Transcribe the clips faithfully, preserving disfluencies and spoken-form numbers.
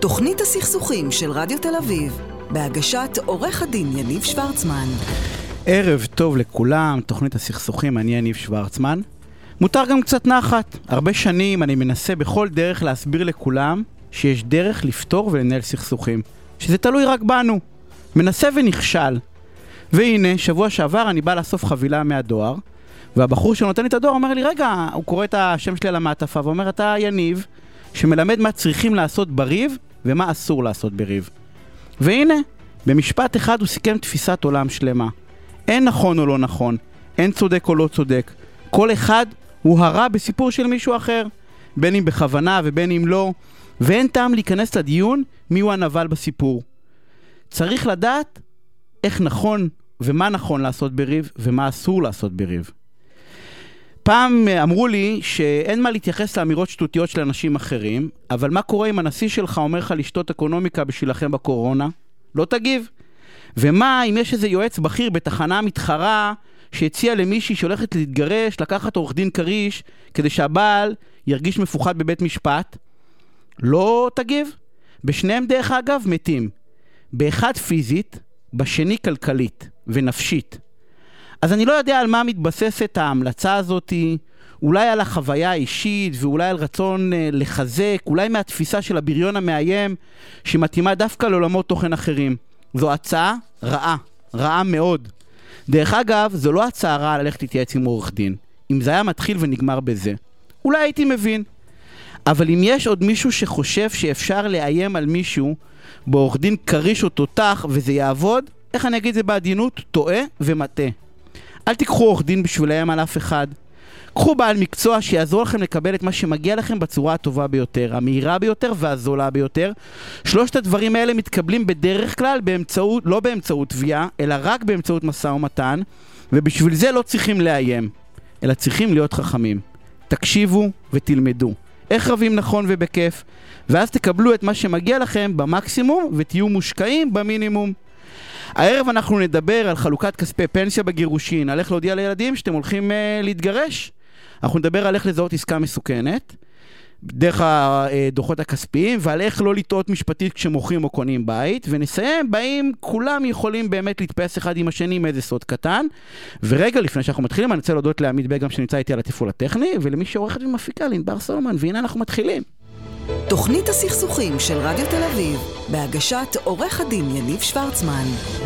תוכנית הסכסוכים של רדיו תל אביב, בהגשת עורך הדין יניב שוורצמן. ערב טוב לכולם, תוכנית הסכסוכים, אני יניב שוורצמן. מותר גם קצת נחת. הרבה שנים אני מנסה בכל דרך להסביר לכולם שיש דרך לפתור ולנהל סכסוכים, שזה תלוי רק בנו. מנסה ונכשל. והנה, שבוע שעבר אני בא לאסוף חבילה מהדואר, והבחור שנותן לי את הדואר אומר לי, רגע, הוא קורא את השם שלי על המעטפה ואומר, אתה יניב, שמלמד מה צריכים לעשות בריב ומה אסור לעשות בריב. והנה, במשפט אחד הוא סיכם תפיסת עולם שלמה. אין נכון או לא נכון, אין צודק או לא צודק. כל אחד הוא הרע בסיפור של מישהו אחר, בין אם בכוונה ובין אם לא, ואין טעם להיכנס לדיון מי הוא הנבל בסיפור. צריך לדעת איך נכון ומה נכון לעשות בריב ומה אסור לעשות בריב. פעם אמרו לי שאין מה להתייחס לאמירות שטותיות של אנשים אחרים, אבל מה קורה אם הנשיא שלך אומר לך לשתות אקונומיקה בשבילכם בקורונה? לא תגיב. ומה אם יש איזה יועץ בכיר בתחנה מתחרה שהציע למישהי שהולכת להתגרש לקחת עורך דין קריש כדי שהבעל ירגיש מפוחד בבית משפט? לא תגיב. בשניהם דרך אגב מתים. באחד פיזית, בשני כלכלית ונפשית. אז אני לא יודע על מה מתבססת ההמלצה הזאת, אולי על החוויה האישית ואולי על רצון לחזק, אולי מהתפיסה של הבריון המאיים שמתאימה דווקא לעולמות תוכן אחרים. זו הצעה רעה, רעה מאוד. דרך אגב, זו לא הצעה רעה ללכת להתייעץ עם עורך דין. אם זה היה מתחיל ונגמר בזה, אולי הייתי מבין. אבל אם יש עוד מישהו שחושב שאפשר לאיים על מישהו בעורך דין קריש או תותח וזה יעבוד, איך אני אגיד זה בעדינות? טועה ומטעה. אל תיקחו עורך דין בשביל לאיים על אף אחד. קחו בעל מקצוע שיעזור לכם לקבל את מה שמגיע לכם בצורה הטובה ביותר, המהירה ביותר והזולה ביותר. שלושת הדברים האלה מתקבלים בדרך כלל באמצעות, לא באמצעות תביעה, אלא רק באמצעות משא ומתן, ובשביל זה לא צריכים לאיים, אלא צריכים להיות חכמים. תקשיבו ותלמדו. איך רבים נכון ובכיף, ואז תקבלו את מה שמגיע לכם במקסימום ותהיו מושקעים במינימום. הערב אנחנו נדבר על חלוקת כספי פנסיה בגירושין, על איך להודיע לילדים שאתם הולכים uh, להתגרש. אנחנו נדבר על איך לזהות עסקה מסוכנת, דרך הדוחות הכספיים, ועל איך לא לטעות משפטית כשמוכרים או קונים בית, ונסיים באים כולם יכולים באמת להתפייס אחד עם השני עם איזה סוד קטן. ורגע לפני שאנחנו מתחילים, אני רוצה להודות לעמית בגם שנמצא איתי על התפעול הטכני, ולמי שעורכת ומפיקה, לנבר סולומון, והנה אנחנו מתחילים. תוכנית הסכסוכים של רדיו תל אביב, בהגשת עורך הדין יניב שוורצמן.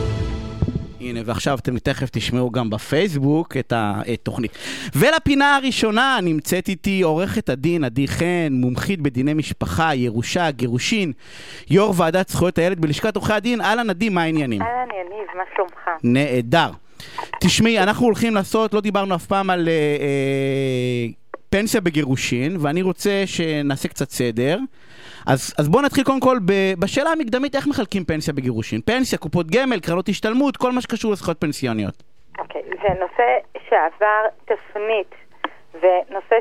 הנה, ועכשיו אתם תכף תשמעו גם בפייסבוק את התוכנית. ולפינה הראשונה נמצאת איתי עורכת הדין עדי חן, מומחית בדיני משפחה, ירושה, גירושין, יו"ר ועדת זכויות הילד בלשכת עורכי הדין. אהלן עדי, מה העניינים? אהלן יניב, מה שלומך? נהדר. תשמעי, אנחנו הולכים לעשות, לא דיברנו אף פעם על... אה, אה, פנסיה בגירושין, ואני רוצה שנעשה קצת סדר. אז, אז בואו נתחיל קודם כל בשאלה המקדמית, איך מחלקים פנסיה בגירושין? פנסיה, קופות גמל, קרנות השתלמות, כל מה שקשור לזכויות פנסיוניות. אוקיי, זה נושא שעבר תפנית, ונושא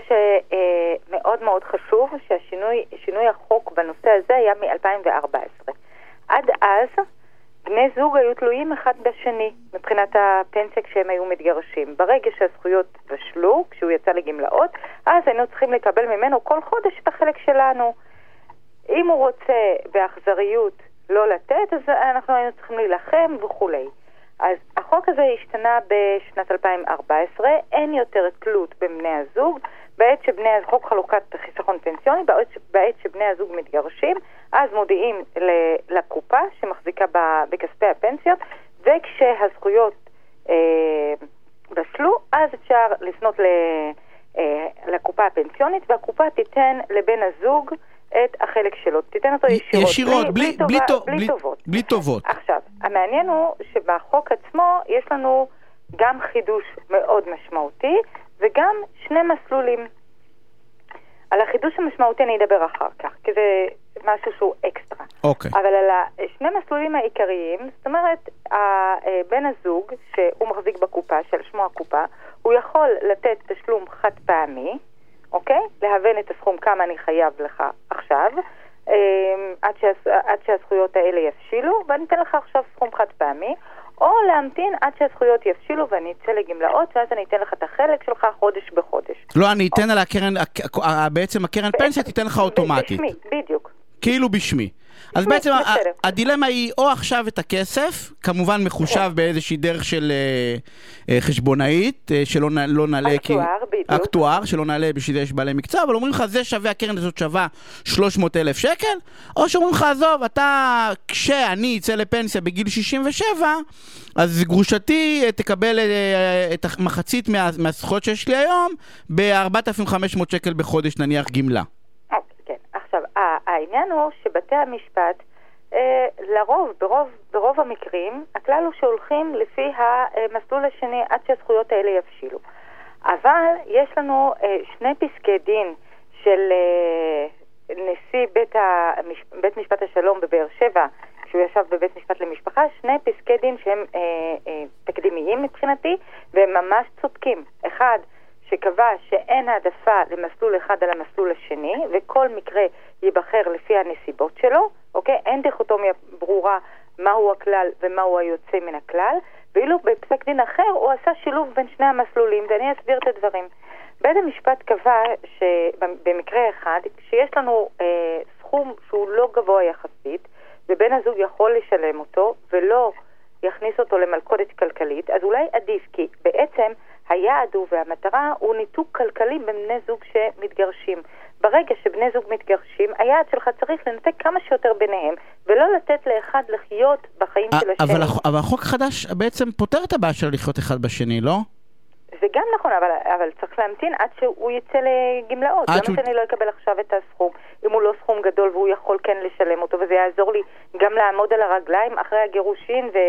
שמאוד מאוד חשוב, שהשינוי החוק בנושא הזה היה מ-אלפיים וארבע עשרה. עד אז, בני זוג היו תלויים אחד בשני מבחינת הפנסיה כשהם היו מתגרשים. ברגע שהזכויות בשלו, כשהוא יצא לגמלאות, אז היינו צריכים לקבל ממנו כל חודש את החלק שלנו. אם הוא רוצה באכזריות לא לתת, אז אנחנו היינו צריכים להילחם וכולי. אז החוק הזה השתנה בשנת אלפיים וארבע עשרה, אין יותר תלות בין בני הזוג, בעת שבני חוק חלוקת חיסכון פנסיוני, בעת, בעת שבני הזוג מתגרשים, אז מודיעים לקופה שמחזיקה בכספי הפנסיות, וכשהזכויות אה, בשלו, אז אפשר לפנות ל, אה, לקופה הפנסיונית, והקופה תיתן לבן הזוג את החלק שלו. תיתן אותו ישירות, ישירות בלי, בלי, בלי, טובה, בלי, בלי טובות. בלי טובות. עכשיו, המעניין הוא שבחוק עצמו יש לנו גם חידוש מאוד משמעותי, וגם שני מסלולים. על החידוש המשמעותי אני אדבר אחר כך, כי זה משהו שהוא אקסטרה. אוקיי. אבל על שני מסלולים העיקריים, זאת אומרת, בן הזוג שהוא מחזיק בקופה, של שמו הקופה, הוא יכול לתת תשלום חד פעמי, אוקיי? להוון את הסכום כמה אני חייב לך עכשיו, עד, שהז... עד שהזכויות האלה יפשילו, ואני אתן לך עכשיו סכום חד פעמי, או להמתין עד שהזכויות יפשילו ואני אצא לגמלאות, ואז אני אתן לך את החלק שלך חודש בחודש. לא, אני אתן על הקרן, בעצם הקרן פנסיה תיתן לך אוטומטית. בשמי, בדיוק. כאילו בשמי. אז בעצם הדילמה היא או עכשיו את הכסף, כמובן מחושב באיזושהי דרך של חשבונאית, שלא נעלה, אקטואר, שלא נעלה בשביל זה יש בעלי מקצוע, אבל אומרים לך זה שווה, הקרן הזאת שווה שלוש מאות אלף שקל, או שאומרים לך עזוב, אתה, כשאני אצא לפנסיה בגיל שישים ושבע, אז גרושתי תקבל את המחצית מהזכויות שיש לי היום, ב-ארבעת אלפים וחמש מאות שקל בחודש נניח גמלה. עכשיו, העניין הוא שבתי המשפט, אה, לרוב, ברוב, ברוב המקרים, הכלל הוא שהולכים לפי המסלול השני עד שהזכויות האלה יבשילו. אבל יש לנו אה, שני פסקי דין של אה, נשיא בית, המש... בית משפט השלום בבאר שבע, כשהוא ישב בבית משפט למשפחה, שני פסקי דין שהם אה, אה, תקדימיים מבחינתי, והם ממש צודקים. אחד, שקבע שאין העדפה למסלול אחד על המסלול השני, וכל מקרה ייבחר לפי הנסיבות שלו, אוקיי? אין דיכוטומיה ברורה מהו הכלל ומהו היוצא מן הכלל, ואילו בפסק דין אחר הוא עשה שילוב בין שני המסלולים, ואני אסביר את הדברים. בית המשפט קבע שבמקרה אחד, כשיש לנו אה, סכום שהוא לא גבוה יחסית, ובן הזוג יכול לשלם אותו, ולא יכניס אותו למלכודת כלכלית, אז אולי עדיף, כי בעצם היעד הוא והמטרה הוא ניתוק כלכלי בבני זוג שמתגרשים. ברגע שבני זוג מתגרשים, היעד שלך צריך לנתק כמה שיותר ביניהם, ולא לתת לאחד לחיות בחיים של השני. אבל, אבל החוק החדש בעצם פותר את הבעיה של לחיות אחד בשני, לא? זה גם נכון, אבל, אבל צריך להמתין עד שהוא יצא לגמלאות. למה שהוא... שאני לא אקבל עכשיו את הסכום, אם הוא לא סכום גדול והוא יכול כן לשלם אותו, וזה יעזור לי גם לעמוד על הרגליים אחרי הגירושין ו...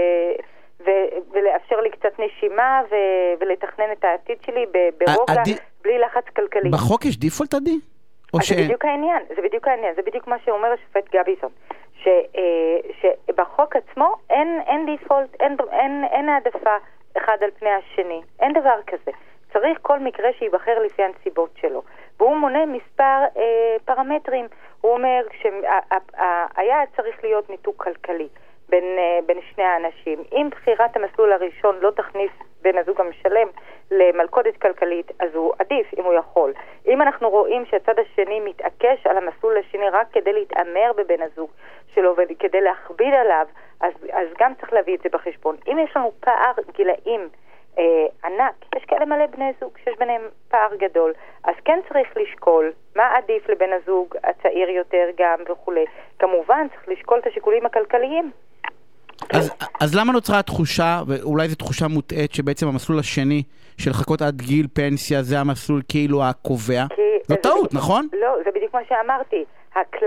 ו- ולאפשר לי קצת נשימה ו- ולתכנן את העתיד שלי ברוגע, עדי... בלי לחץ כלכלי. בחוק יש דיפולט עדי? אז ש... זה בדיוק העניין, זה בדיוק העניין, זה בדיוק מה שאומר השופט גביזון, ש- שבחוק עצמו אין, אין דיפולט, אין, אין, אין העדפה אחד על פני השני, אין דבר כזה. צריך כל מקרה שיבחר לפי הנסיבות שלו. והוא מונה מספר אה, פרמטרים. הוא אומר שהיעד צריך להיות ניתוק כלכלי. בין, בין שני האנשים. אם בחירת המסלול הראשון לא תכניס בין הזוג המשלם למלכודת כלכלית, אז הוא עדיף אם הוא יכול. אם אנחנו רואים שהצד השני מתעקש על המסלול השני רק כדי להתאמר בבין הזוג שלו וכדי להכביד עליו, אז, אז גם צריך להביא את זה בחשבון. אם יש לנו פער גילאים אה, ענק, יש כאלה מלא בני זוג שיש ביניהם פער גדול, אז כן צריך לשקול מה עדיף לבן הזוג הצעיר יותר גם וכו'. כמובן צריך לשקול את השיקולים הכלכליים. אז, אז למה נוצרה התחושה, ואולי זו תחושה מוטעת, שבעצם המסלול השני של לחכות עד גיל פנסיה זה המסלול כאילו הקובע? זו טעות, נכון? לא, זה בדיוק מה שאמרתי. הקל...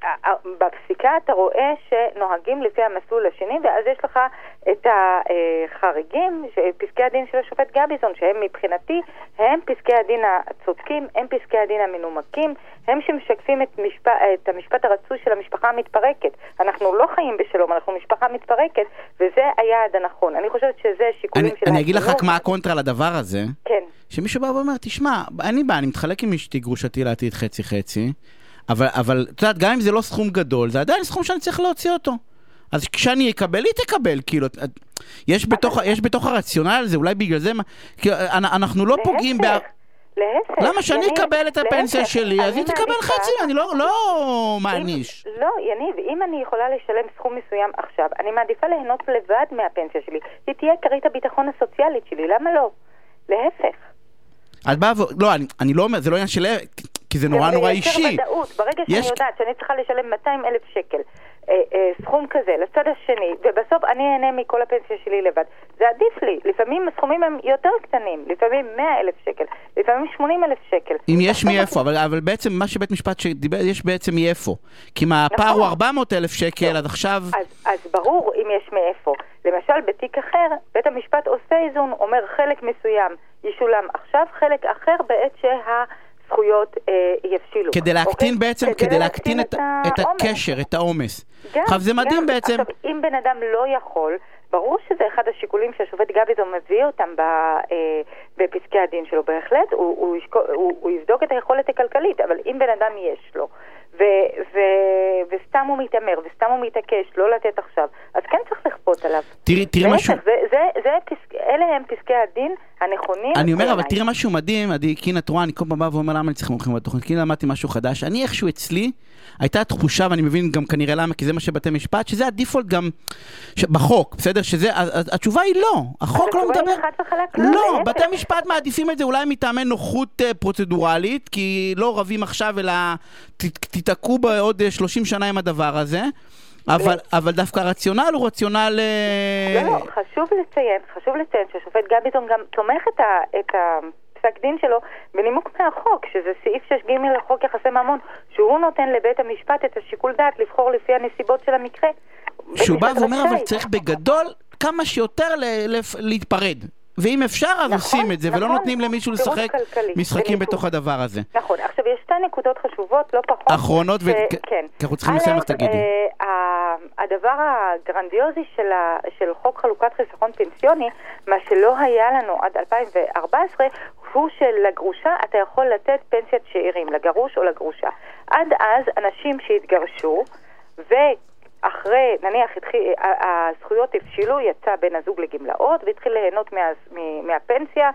בפסיקה אתה רואה שנוהגים לפי המסלול השני, ואז יש לך את החריגים, פסקי הדין של השופט גביזון, שהם מבחינתי, הם פסקי הדין הצודקים, הם פסקי הדין המנומקים, הם שמשקפים את, משפ... את המשפט הרצוי של המשפחה המתפרקת. אנחנו לא חיים בשלום, אנחנו משפחה מתפרקת, וזה היעד הנכון. אני חושבת שזה שיקולים אני, של... אני אגיד לך רק מה הקונטרה לדבר הזה. כן. שמישהו בא ואומר, תשמע, אני בא, אני מתחלק עם אשתי גרושתי לעתיד חצי חצי, אבל, אבל, את יודעת, גם אם זה לא סכום גדול, זה עדיין סכום שאני צריך להוציא אותו. אז כשאני אקבל, היא תקבל, כאילו, יש בתוך, יש בתוך הרציונל הזה, אולי בגלל זה, כאילו, אנחנו לא פוגעים בה... להפך. למה שאני אקבל את הפנסיה שלי, אז היא תקבל חצי, אני לא מעניש. לא, יניב, אם אני יכולה לשלם סכום מסוים עכשיו, אני מעדיפה ליהנות לבד מהפנסיה שלי. היא תהיה כרית הביטחון הסוציאלית שלי, למה לא? להפך. את באה, לא, אני לא אומר, זה לא עניין של... כי זה נורא נורא אישי. זה יותר ודאות. ברגע שאני יודעת שאני צריכה לשלם מאתיים אלף שקל, סכום כזה, לצד השני, ובסוף אני אהנה מכל הפנסיה שלי לבד. זה עדיף לי. לפעמים הסכומים הם יותר קטנים. לפעמים מאה אלף שקל. לפעמים שמונים אלף שקל. אם יש מאיפה, אבל, אבל בעצם מה שבית משפט שדיבר, יש בעצם מאיפה. כי מה, הפער הוא ארבע מאות אלף שקל, עד עכשיו... אז, אז ברור אם יש מאיפה. למשל, בתיק אחר, בית המשפט עושה איזון, אומר חלק מסוים ישולם עכשיו, חלק אחר בעת שה... זכויות אה, יפשילו. כדי להקטין אוקיי? בעצם, כדי, כדי להקטין את, את, את הקשר, את העומס. עכשיו זה מדהים גם. בעצם. עכשיו, אם בן אדם לא יכול, ברור שזה אחד השיקולים שהשופט גביזון מביא אותם ב, אה, בפסקי הדין שלו. בהחלט, הוא, הוא, ישקול, הוא, הוא יבדוק את היכולת הכלכלית, אבל אם בן אדם יש לו, ו- ו- וסתם הוא מתאמר, וסתם הוא מתעקש לא לתת עכשיו, אז כן צריך לכפות עליו. תראי, תראי משהו... זה, זה, זה פסק, אלה הם פסקי הדין הנכונים. אני אומר, אבל תראי משהו מדהים, עדי, כי את רואה, אני כל פעם בא ואומר למה אני צריך מומחים בתוכנית, כי למדתי משהו חדש. אני איכשהו אצלי, הייתה תחושה, ואני מבין גם כנראה למה, כי זה מה שבתי משפט, שזה הדיפולט גם בחוק, בסדר? שזה, התשובה היא לא. החוק לא מדבר... לא, בתי משפט מעדיפים את זה אולי מטעמי נוחות פרוצדורלית, כי לא רבים עכשיו, אלא תתעקו בעוד שלושים שנה עם הדבר הזה. אבל, אבל דווקא הרציונל הוא רציונל... לא, לא, חשוב לציין, חשוב לציין שהשופט גביזון גם תומך את ה... את ה... פסק דין שלו בנימוק מהחוק, שזה סעיף שש ג' לחוק יחסי ממון, שהוא נותן לבית המשפט את השיקול דעת לבחור לפי הנסיבות של המקרה. שהוא בא ואומר, אבל צריך בגדול כמה שיותר להתפרד. ואם אפשר, אז עושים את זה, ולא נותנים למישהו לשחק משחקים בתוך הדבר הזה. נכון. עכשיו, יש שתי נקודות חשובות, לא פחות. אחרונות, כי אנחנו צריכים לסיים, אז תגידי. הדבר הגרנדיוזי של חוק חלוקת חיסכון פנסיוני, מה שלא היה לנו עד אלפיים וארבע עשרה, הוא שלגרושה אתה יכול לתת פנסיית שאירים, לגרוש או לגרושה. עד אז אנשים שהתגרשו, ואחרי, נניח, הזכויות הפשילו, יצא בן הזוג לגמלאות, והתחיל ליהנות מה, מהפנסיה,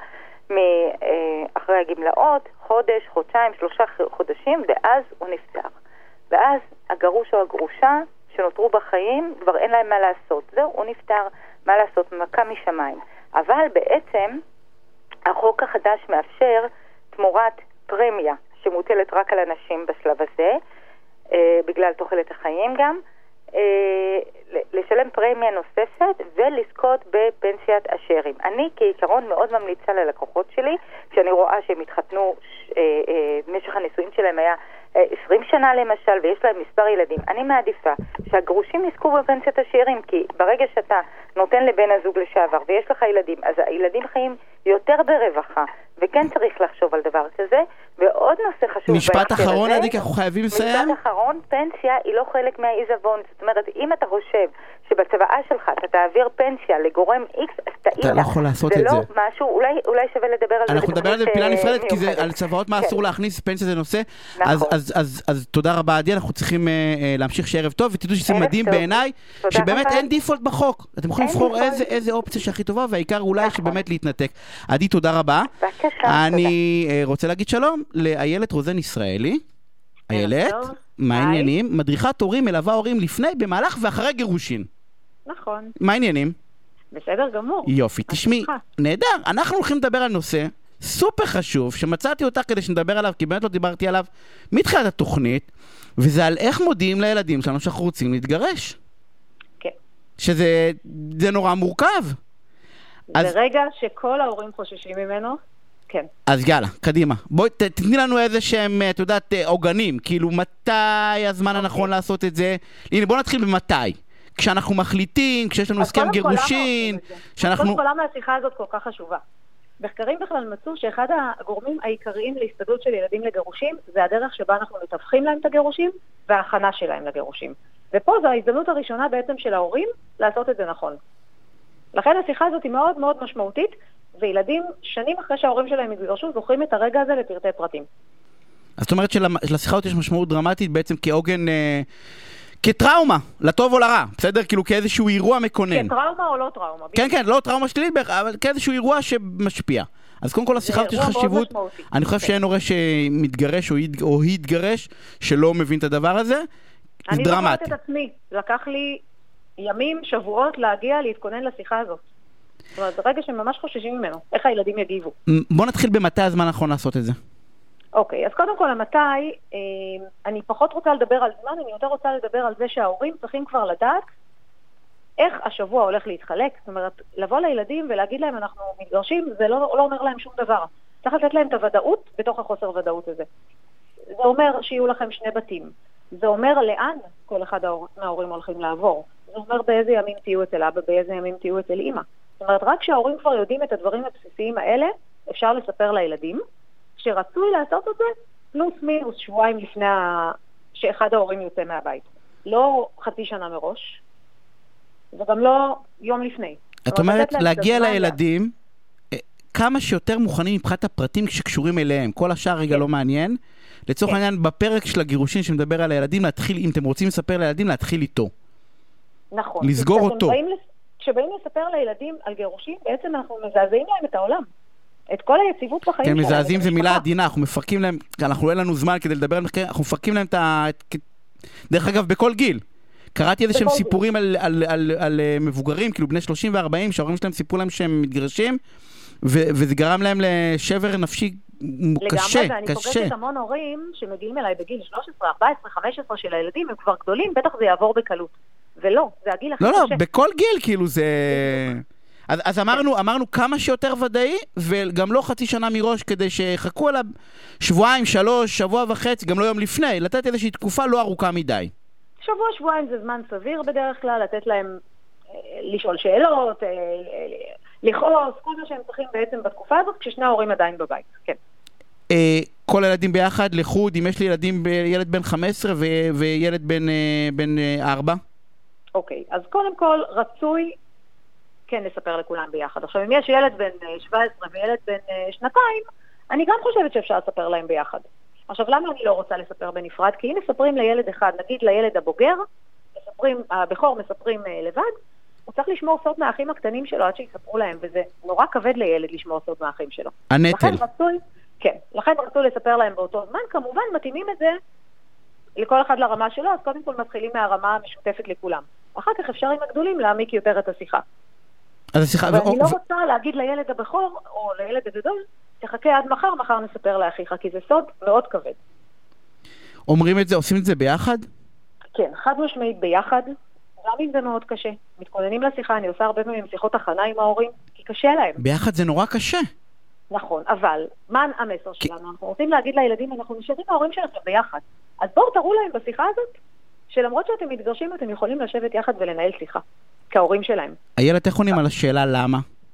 אחרי הגמלאות, חודש, חודשיים, שלושה חודשים, ואז הוא נפטר. ואז הגרוש או הגרושה שנותרו בחיים, כבר אין להם מה לעשות. זהו, הוא נפטר, מה לעשות, מכה משמיים. אבל בעצם, החוק החדש מאפשר תמורת פרמיה שמוטלת רק על אנשים בשלב הזה, אה, בגלל תוחלת החיים גם, אה, לשלם פרמיה נוספת ולזכות בפנסיית השאירים. אני כעיקרון מאוד ממליצה ללקוחות שלי, כשאני רואה שהם התחתנו, אה, אה, משך הנישואים שלהם היה עשרים שנה למשל, ויש להם מספר ילדים. אני מעדיפה שהגרושים יזכו בפנסיית השאירים, כי ברגע שאתה נותן לבן הזוג לשעבר ויש לך ילדים, אז הילדים חיים יותר ברווחה, וכן צריך לחשוב על דבר כזה. ועוד נושא חשוב... משפט אחרון, עדי, כי אנחנו חייבים לסיים. משפט אחרון, פנסיה היא לא חלק מהעיזבון. זאת אומרת, אם אתה חושב שבצוואה שלך אתה תעביר פנסיה לגורם X, אז תאינה. אתה לא יכול לעשות את זה. זה לא משהו, אולי, אולי שווה לדבר על זה. אנחנו נדבר על זה בפינה נפרדת, כי זה על צוואות מה אסור להכניס, פנסיה זה נושא. אז תודה רבה, עדי, אנחנו צריכים להמשיך שערב טוב, ותדעו שזה מדהים בעיניי, שבאמת אין דיפולט בחוק. אתם יכולים לבחור איזה אופציה שהכי טובה, והעיקר אולי שבאמת להתנתק. עדי, תודה רבה. אני רוצה להגיד שלום לאיילת רוזן ישראלי. איילת, מה העניינים? מדריכת הורים, מלווה הורים לפני, במהלך ואחרי גירושין. נכון. מה העניינים? בסדר גמור. יופי, תשמעי, נהדר, אנחנו הולכים לדבר על נושא סופר חשוב, שמצאתי אותך כדי שנדבר עליו, כי באמת לא דיברתי עליו מתחילת התוכנית, וזה על איך מודיעים לילדים שלנו שאנחנו רוצים להתגרש. כן. שזה זה נורא מורכב. ברגע שכל ההורים חוששים ממנו, כן. אז יאללה, קדימה. בואי תתני לנו איזה שהם, את יודעת, עוגנים. כאילו, מתי הזמן הנכון לעשות את זה? הנה, בואו נתחיל במתי. כשאנחנו מחליטים, כשיש לנו הסכם גירושין, שאנחנו... כל למה השיחה הזאת כל כך חשובה. מחקרים בכלל מצאו שאחד הגורמים העיקריים להסתגלות של ילדים לגירושים, זה הדרך שבה אנחנו מתווכים להם את הגירושים, וההכנה שלהם לגירושים. ופה זו ההזדמנות הראשונה בעצם של ההורים לעשות את זה נכון. לכן השיחה הזאת היא מאוד מאוד משמעותית, וילדים שנים אחרי שההורים שלהם התגרשו זוכרים את הרגע הזה לפרטי פרטים. אז זאת אומרת שלשיחה הזאת יש משמעות דרמטית בעצם כעוגן, אה, כטראומה, לטוב או לרע, בסדר? כאילו כאיזשהו אירוע מקונן. כטראומה או לא טראומה? כן, כן, לא טראומה שלילית, אבל כאיזשהו אירוע שמשפיע. אז קודם כל השיחה הזאת יש חשיבות, אני חושב שאין הורה שמתגרש או התגרש שלא מבין את הדבר הזה, אני זוכרת את עצמי, לקח לי ימים, שבועות להגיע להתכונן לשיחה הזאת. זאת אומרת, זה רגע שממש חוששים ממנו. איך הילדים יגיבו? בוא נתחיל במתי הזמן נכון לעשות את זה. אוקיי, אז קודם כל, המתי, אה, אני פחות רוצה לדבר על זמן, אני יותר רוצה לדבר על זה שההורים צריכים כבר לדעת איך השבוע הולך להתחלק. זאת אומרת, לבוא לילדים ולהגיד להם אנחנו מתגרשים, זה לא, לא אומר להם שום דבר. צריך לתת להם את הוודאות בתוך החוסר ודאות הזה. זה אומר שיהיו לכם שני בתים. זה אומר לאן כל אחד מההורים הולכים לעבור. זה אומר באיזה ימים תהיו אצל אבא, באיזה ימים תהיו אצל אמא. זאת אומרת, רק שההורים כבר יודעים את הדברים הבסיסיים האלה, אפשר לספר לילדים, שרצוי לעשות את זה, פלוס מינוס שבועיים לפני ה... שאחד ההורים יוצא מהבית. לא חצי שנה מראש, וגם לא יום לפני. את אומרת, להגיע לילדים, כמה שיותר מוכנים מבחינת הפרטים שקשורים אליהם. כל השאר רגע לא מעניין. לצורך העניין, בפרק של הגירושין שמדבר על הילדים, להתחיל, אם אתם רוצים לספר לילדים, להתחיל איתו. נכון. לסגור אותו. כשבאים לספר לילדים על גירושין, בעצם אנחנו מזעזעים להם את העולם. את כל היציבות בחיים שלהם. כן, מזעזעים זה מילה עדינה, אנחנו מפרקים להם, אנחנו אין לנו זמן כדי לדבר על מחקר, אנחנו מפרקים להם את ה... דרך אגב, בכל גיל. קראתי איזה שהם סיפורים על, על, על, על מבוגרים, כאילו בני שלושים וארבעים, שההורים שלהם סיפרו להם שהם מתגרשים, ו- וזה גרם להם לשבר נפשי קשה, לגמרי, ואני פוגשת המון הורים שמגיעים אליי בגיל שלוש עשרה, ארבע עשרה, חמש עשרה של הילדים, הם כבר גדולים, בטח זה יעבור בקלות. ולא, זה הגיל הכי קשה. לא, לא, בכל גיל כאילו זה... אז, אז אמרנו, אמרנו כמה שיותר ודאי, וגם לא חצי שנה מראש, כדי שחכו עליו שבועיים, שלוש, שבוע וחצי, גם לא יום לפני, לתת איזושהי תקופה לא ארוכה מדי. שבוע, שבועיים זה זמן סביר בדרך כלל, לתת להם אה, לשאול שאלות, אה, אה, לכעוס, כל מה שהם צריכים בעצם בתקופה הזאת, כששני ההורים עדיין בבית, כן. אה, כל הילדים ביחד, לחוד, אם יש לי ילדים, ילד בן חמש עשרה ו- וילד בן, אה, בן אה, ארבע? אוקיי, אז קודם כל רצוי כן לספר לכולם ביחד. עכשיו, אם יש ילד בן שבע עשרה וילד בן שנתיים, אני גם חושבת שאפשר לספר להם ביחד. עכשיו, למה אני לא רוצה לספר בנפרד? כי אם מספרים לילד אחד, נגיד לילד הבוגר, מספרים, הבכור מספרים לבד, הוא צריך לשמור סוד מהאחים הקטנים שלו עד שיספרו להם, וזה נורא כבד לילד לשמור סוד מהאחים שלו. הנטל. לכן רצוי, כן, לכן רצוי לספר להם באותו זמן, כמובן מתאימים את זה לכל אחד לרמה שלו, אז קודם כל מתחילים מהרמה המשותפת לכולם. אחר כך אפשר עם הגדולים להעמיק יותר את השיחה. אז השיחה... ואני לא רוצה להגיד לילד הבכור או לילד הגדול, תחכה עד מחר, מחר נספר לאחיך, כי זה סוד מאוד כבד. אומרים את זה, עושים את זה ביחד? כן, חד משמעית ביחד, גם אם זה מאוד קשה. מתכוננים לשיחה, אני עושה הרבה פעמים שיחות הכנה עם ההורים, כי קשה להם. ביחד זה נורא קשה. נכון, אבל מה המסר שלנו? אנחנו רוצים להגיד לילדים, אנחנו נשארים ההורים שלכם ביחד. אז בואו תראו להם בשיחה הזאת, שלמרות שאתם מתגרשים, אתם יכולים לשבת יחד ולנהל שיחה, כהורים שלהם. הילד, איך עונים על השאלה למה?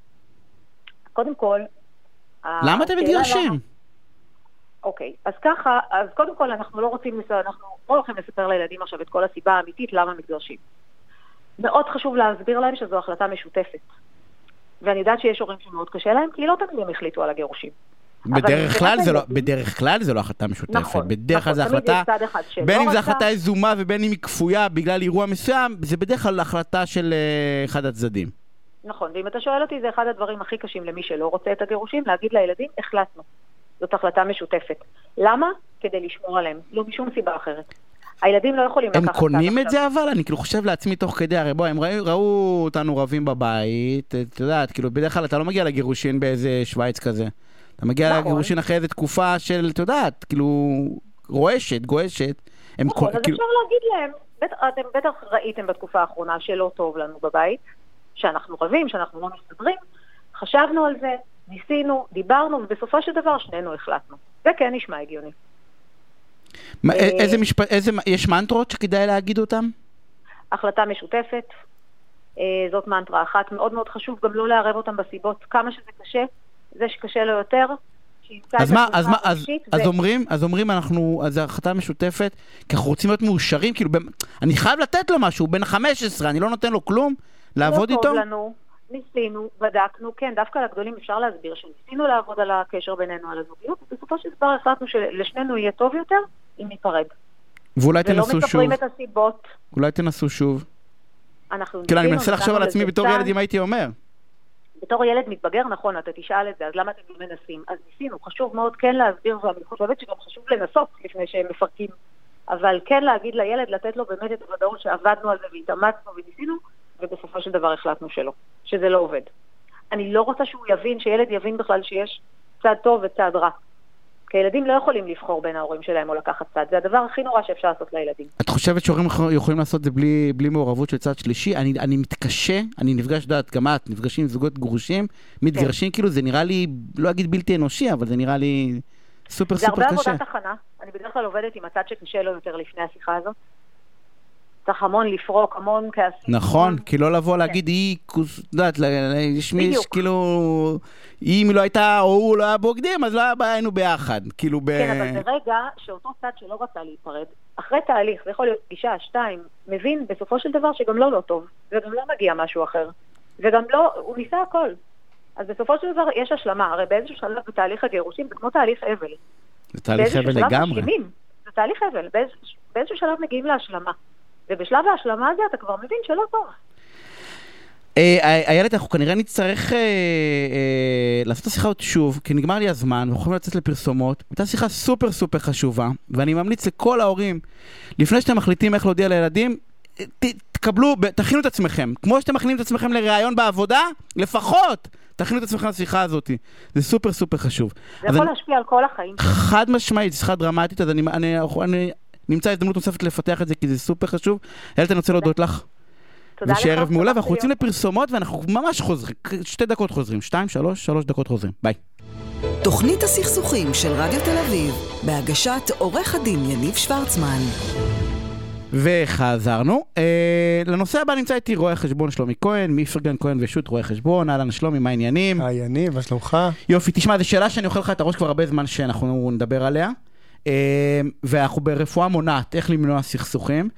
קודם כל... למה אתם מתגרשים? אוקיי, אז ככה, אז קודם כל אנחנו לא רוצים, אנחנו לא הולכים לספר לילדים עכשיו את כל הסיבה האמיתית למה מתגרשים. מאוד חשוב להסביר להם שזו החלטה משותפת. ואני יודעת שיש הורים שמאוד קשה להם, כי לא תמיד הם החליטו על הגירושים. בדרך כלל זה לא, בדרך כלל זה לא החלטה משותפת. נכון, בדרך כלל זה החלטה, בין אם זה החלטה יזומה ובין אם היא כפויה בגלל אירוע מסוים, זה בדרך כלל החלטה של אחד הצדדים. נכון, ואם אתה שואל אותי, זה אחד הדברים הכי קשים למי שלא רוצה את הגירושים, להגיד לילדים, החלטנו. זאת החלטה משותפת. למה? כדי לשמור עליהם. לא משום סיבה אחרת. הילדים לא יכולים לקחת... הם קונים את זה אבל? אני כאילו חושב לעצמי תוך כדי, הרי בוא, הם ראו, ראו אותנו רבים בבית, אתה יודעת, כאילו בדרך כלל אתה לא מגיע לגירושין באיזה שוויץ כזה. אתה מגיע נכון. לגירושין אחרי איזה תקופה של, אתה יודעת, כאילו, רועשת, גועשת. נכון, אז אפשר להגיד להם, בטח, אתם בטח ראיתם בתקופה האחרונה שלא טוב לנו בבית, שאנחנו רבים, שאנחנו לא מסתדרים, חשבנו על זה, ניסינו, דיברנו, ובסופו של דבר שנינו החלטנו. זה כן נשמע הגיוני. מה, איזה משפט, איזה, יש מנטרות שכדאי להגיד אותם? החלטה משותפת, זאת מנטרה אחת, מאוד מאוד חשוב גם לא לערב אותם בסיבות, כמה שזה קשה, זה שקשה לו יותר, אז מה, אז מה, אז, אז אומרים, אז אומרים אנחנו, אז החלטה משותפת, כי אנחנו רוצים להיות מאושרים, כאילו, אני חייב לתת לו משהו, בין חמש עשרה, אני לא נותן לו כלום, לעבוד איתו? לא טוב לנו, ניסינו, בדקנו, כן, דווקא לגדולים אפשר להסביר שניסינו לעבוד על הקשר בינינו, על הזוגיות, ובסופו של דבר החלטנו שלשנינו יהיה טוב יותר, אם ניפרד. ואולי תנסו שוב. ולא מספרים את הסיבות. אולי תנסו שוב. אנחנו ניסינו. כאילו, אני מנסה לחשוב על עצמי בתור ילד, אם הייתי אומר. בתור ילד מתבגר, נכון, אתה תשאל את זה, אז למה אתם לא מנסים? אז ניסינו, חשוב מאוד כן להסביר, ואני חושבת שגם חשוב לנסות לפני שהם מפרקים, אבל כן להגיד לילד, לתת לו באמת את הוודאות שעבדנו על זה והתאמצנו וניסינו, ובסופו של דבר החלטנו שלא, שזה לא עובד. אני לא רוצה שהוא יבין, שילד יבין בכלל שיש צד טוב וצד רע. כי ילדים לא יכולים לבחור בין ההורים שלהם או לקחת צד. זה הדבר הכי נורא שאפשר לעשות לילדים. את חושבת שהורים יכולים לעשות זה בלי, בלי מעורבות של צד שלישי? אני, אני מתקשה, אני נפגש, דעת, גם את, נפגשים עם זוגות גרושים, מתגרשים, כאילו זה נראה לי, לא אגיד בלתי אנושי, אבל זה נראה לי סופר סופר קשה. זה הרבה עבודת הכנה. אני בדרך כלל עובדת עם הצד שקשה לו יותר לפני השיחה הזאת. צריך המון לפרוק, המון כעסים. נכון, כי לא לבוא להגיד, היא, יודעת, יש מי, כאילו, אם היא לא הייתה, או הוא לא היה בוגדים, אז לא היינו ביחד, כאילו ב... כן, אבל ברגע שאותו צד שלא רצה להיפרד, אחרי תהליך, זה יכול להיות פגישה, שתיים, מבין בסופו של דבר שגם לא לא טוב, וגם לא מגיע משהו אחר, וגם לא, הוא ניסה הכל. אז בסופו של דבר יש השלמה, הרי באיזשהו שלב בתהליך הגירושים, זה כמו תהליך אבל. זה תהליך אבל לגמרי. זה תהליך אבל, באיזשהו שלב מגיעים להשלמה. ובשלב ההשלמה הזה אתה כבר מבין שלא טוב. איילת, אנחנו כנראה נצטרך לעשות את השיחה עוד שוב, כי נגמר לי הזמן, ואנחנו יכולים לצאת לפרסומות. הייתה שיחה סופר סופר חשובה, ואני ממליץ לכל ההורים, לפני שאתם מחליטים איך להודיע לילדים, תקבלו, תכינו את עצמכם. כמו שאתם מכינים את עצמכם לראיון בעבודה, לפחות תכינו את עצמכם לשיחה הזאת. זה סופר סופר חשוב. זה יכול להשפיע על כל החיים. חד משמעית, זו שיחה דרמטית, אז אני נמצא הזדמנות נוספת לפתח את זה, כי זה סופר חשוב. איילת, אני רוצה להודות לך. תודה לך. ושערב מעולה, ואנחנו יוצאים לפרסומות, ואנחנו ממש חוזרים. שתי דקות חוזרים. שתיים, שלוש, שלוש דקות חוזרים. ביי. תוכנית הסכסוכים של רדיו תל אביב, בהגשת עורך הדין יניב שוורצמן. וחזרנו. אה, לנושא הבא נמצא איתי רואה חשבון שלומי כהן, מיפרגן כהן ושות רואה חשבון. אהלן שלומי, מה העניינים? היי יניב, מה שלומך? יופי, תשמע, זו שאלה שאני אוכל לך את הראש כבר הרבה זמן שאנחנו נדבר עליה. אה, ואנחנו ברפואה מונעת, איך למנוע סכסוכים.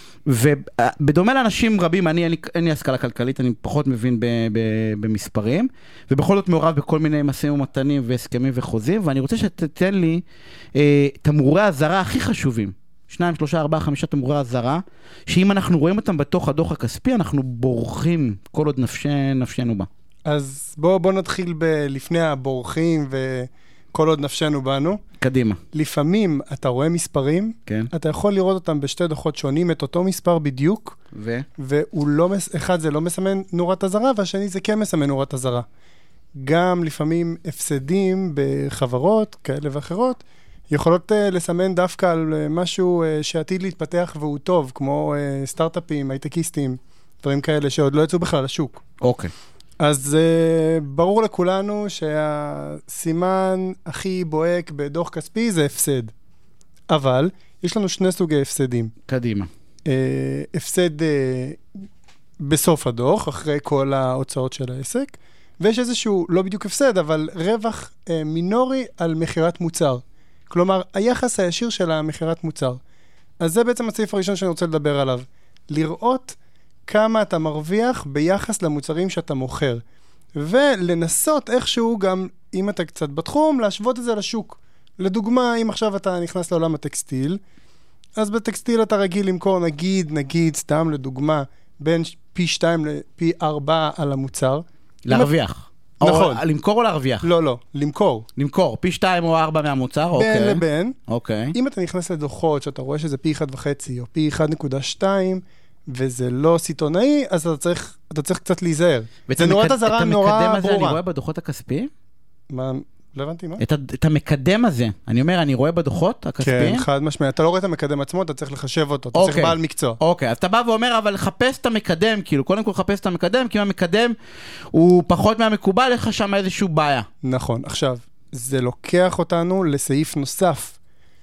ובדומה לאנשים רבים, אני, אני, אין לי השכלה כלכלית, אני פחות מבין ב, ב, במספרים, ובכל זאת מעורב בכל מיני מסעים ומתנים והסכמים וחוזים, ואני רוצה שתתן לי אה, תמרורי הזרה הכי חשובים. שניים, שלושה, ארבעה, חמישה תמרורי הזרה, שאם אנחנו רואים אותם בתוך הדוח הכספי, אנחנו בורחים כל עוד נפשנו, נפשנו בה. אז בוא, בוא נתחיל ב- לפני הבורחים וכל עוד נפשנו בנו. קדימה. לפעמים אתה רואה מספרים, כן. אתה יכול לראות אותם בשתי דוחות שונים, את אותו מספר בדיוק, ו? והוא לא, אחד זה לא מסמן נורת הזרה, והשני זה כן מסמן נורת הזרה. גם לפעמים הפסדים בחברות כאלה ואחרות, יכולות uh, לסמן דווקא על uh, משהו uh, שעתיד להתפתח והוא טוב, כמו uh, סטארט-אפים, הייטקיסטים, דברים כאלה שעוד לא יצאו בכלל לשוק. אוקיי. אז uh, ברור לכולנו שהסימן הכי בועק בדוח כספי זה הפסד. אבל יש לנו שני סוגי הפסדים. קדימה. Uh, הפסד uh, בסוף הדוח, אחרי כל ההוצאות של העסק, ויש איזשהו, לא בדיוק הפסד, אבל רווח uh, מינורי על מחירת מוצר. כלומר, היחס הישיר של המחירת מוצר. אז זה בעצם הסעיף הראשון שאני רוצה לדבר עליו. לראות כמה אתה מרוויח ביחס למוצרים שאתה מוכר. ולנסות איכשהו גם, אם אתה קצת בתחום, להשוות את זה לשוק. לדוגמה, אם עכשיו אתה נכנס לעולם הטקסטיל, אז בטקסטיל אתה רגיל למכור, נגיד, נגיד, סתם לדוגמה, בין פי שתיים לפי ארבע על המוצר. להרוויח. נכון. או, למכור או להרוויח? לא, לא, למכור. למכור, פי שתיים או ארבע מהמוצר, אוקיי. בין לבין. אוקיי. אם אתה נכנס לדוחות, שאתה רואה שזה פי אחד וחצי או פי אחד נקודה שתיים, וזה לא סיטונאי, אז אתה צריך, אתה צריך קצת להיזהר. זה נורת הזרה נורא ברורה. את המקדם הזה אני רואה בדוחות הכספיים? מה? לא הבנתי מה? את, ה, את המקדם הזה, אני אומר, אני רואה בדוחות הכספיים? כן, חד משמעי. אתה לא רואה את המקדם עצמו, אתה צריך לחשב אותו, אתה אוקיי. צריך בעל מקצוע. אוקיי, אז אתה בא ואומר, אבל חפש את המקדם, כאילו, קודם כל חפש את המקדם, כי אם המקדם הוא פחות מהמקובל, יש לך שם איזשהו בעיה. נכון, עכשיו, זה לוקח אותנו לסעיף נוסף,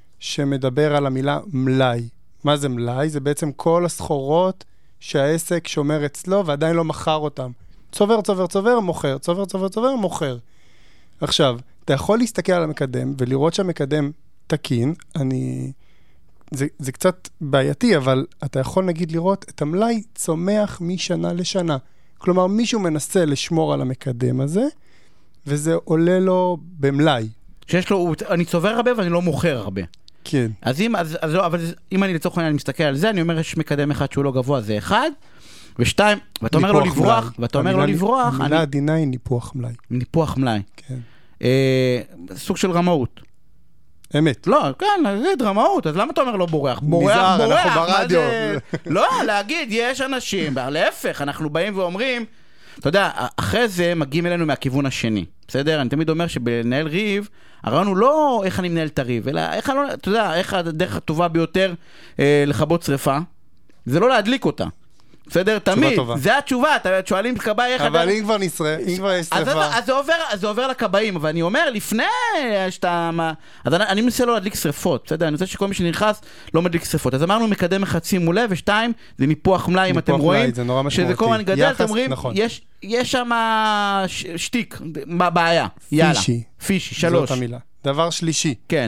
שמדבר על המילה מלאי. מה זה מלאי? זה בעצם כל הסחורות שהעסק שומר אצלו, ועדיין לא מכר אותם. צובר, צובר, צובר, מוכר. צובר, צובר, צובר, מוכר. עכשיו, אתה יכול להסתכל על המקדם, ולראות שהמקדם תקין, אני... זה, זה קצת בעייתי, אבל אתה יכול נגיד לראות את המלאי צומח משנה לשנה. כלומר, מישהו מנסה לשמור על המקדם הזה, וזה עולה לו במלאי. שיש לו, אני צובר הרבה ואני לא מוכר הרבה. כן. אז אם, אז, אז לא, אבל אם אני לצורך העניין אני מסתכל על זה, אני אומר, יש מקדם אחד שהוא לא גבוה, זה אחד, ושתיים, ואתה אומר לא לברוח, ואתה אומר לא לברוח. המילה עדינה היא ניפוח מלאי. ניפוח מלאי. כן. אה, סוג של רמאות. אמת. לא, כן, זה רמאות, אז למה אתה אומר לא בורח? בורח, נזהר, בורח. אנחנו ברדיו. לא, להגיד, יש אנשים, להפך, אנחנו באים ואומרים, אתה יודע, אחרי זה מגיעים אלינו מהכיוון השני, בסדר? אני תמיד אומר שבנהל ריב, הרעיון הוא לא איך אני מנהל את הריב, אלא איך, אתה יודע, איך הדרך הטובה ביותר אה, לכבות שריפה, זה לא להדליק אותה. בסדר? תמיד. זה התשובה, אתה שואלים כבאי איך... אבל אם כבר נשרף, אם כבר יש שריפה. אז זה עובר, אז זה עובר לקבאים, אבל אני אומר, לפני שאתה... אז אני מנסה לא להדליק שריפות, בסדר? אני רוצה שכל מי שנכנס לא מדליק שריפות. אז אמרנו מקדם אחד, שימו לב, ושתיים, זה ניפוח מלאי, אם אתם רואים, שזה כל הזמן גדל, אתם רואים, יש שם שטיק, בעיה. פישי. פישי, שלוש. זאת המילה. דבר שלישי. כן.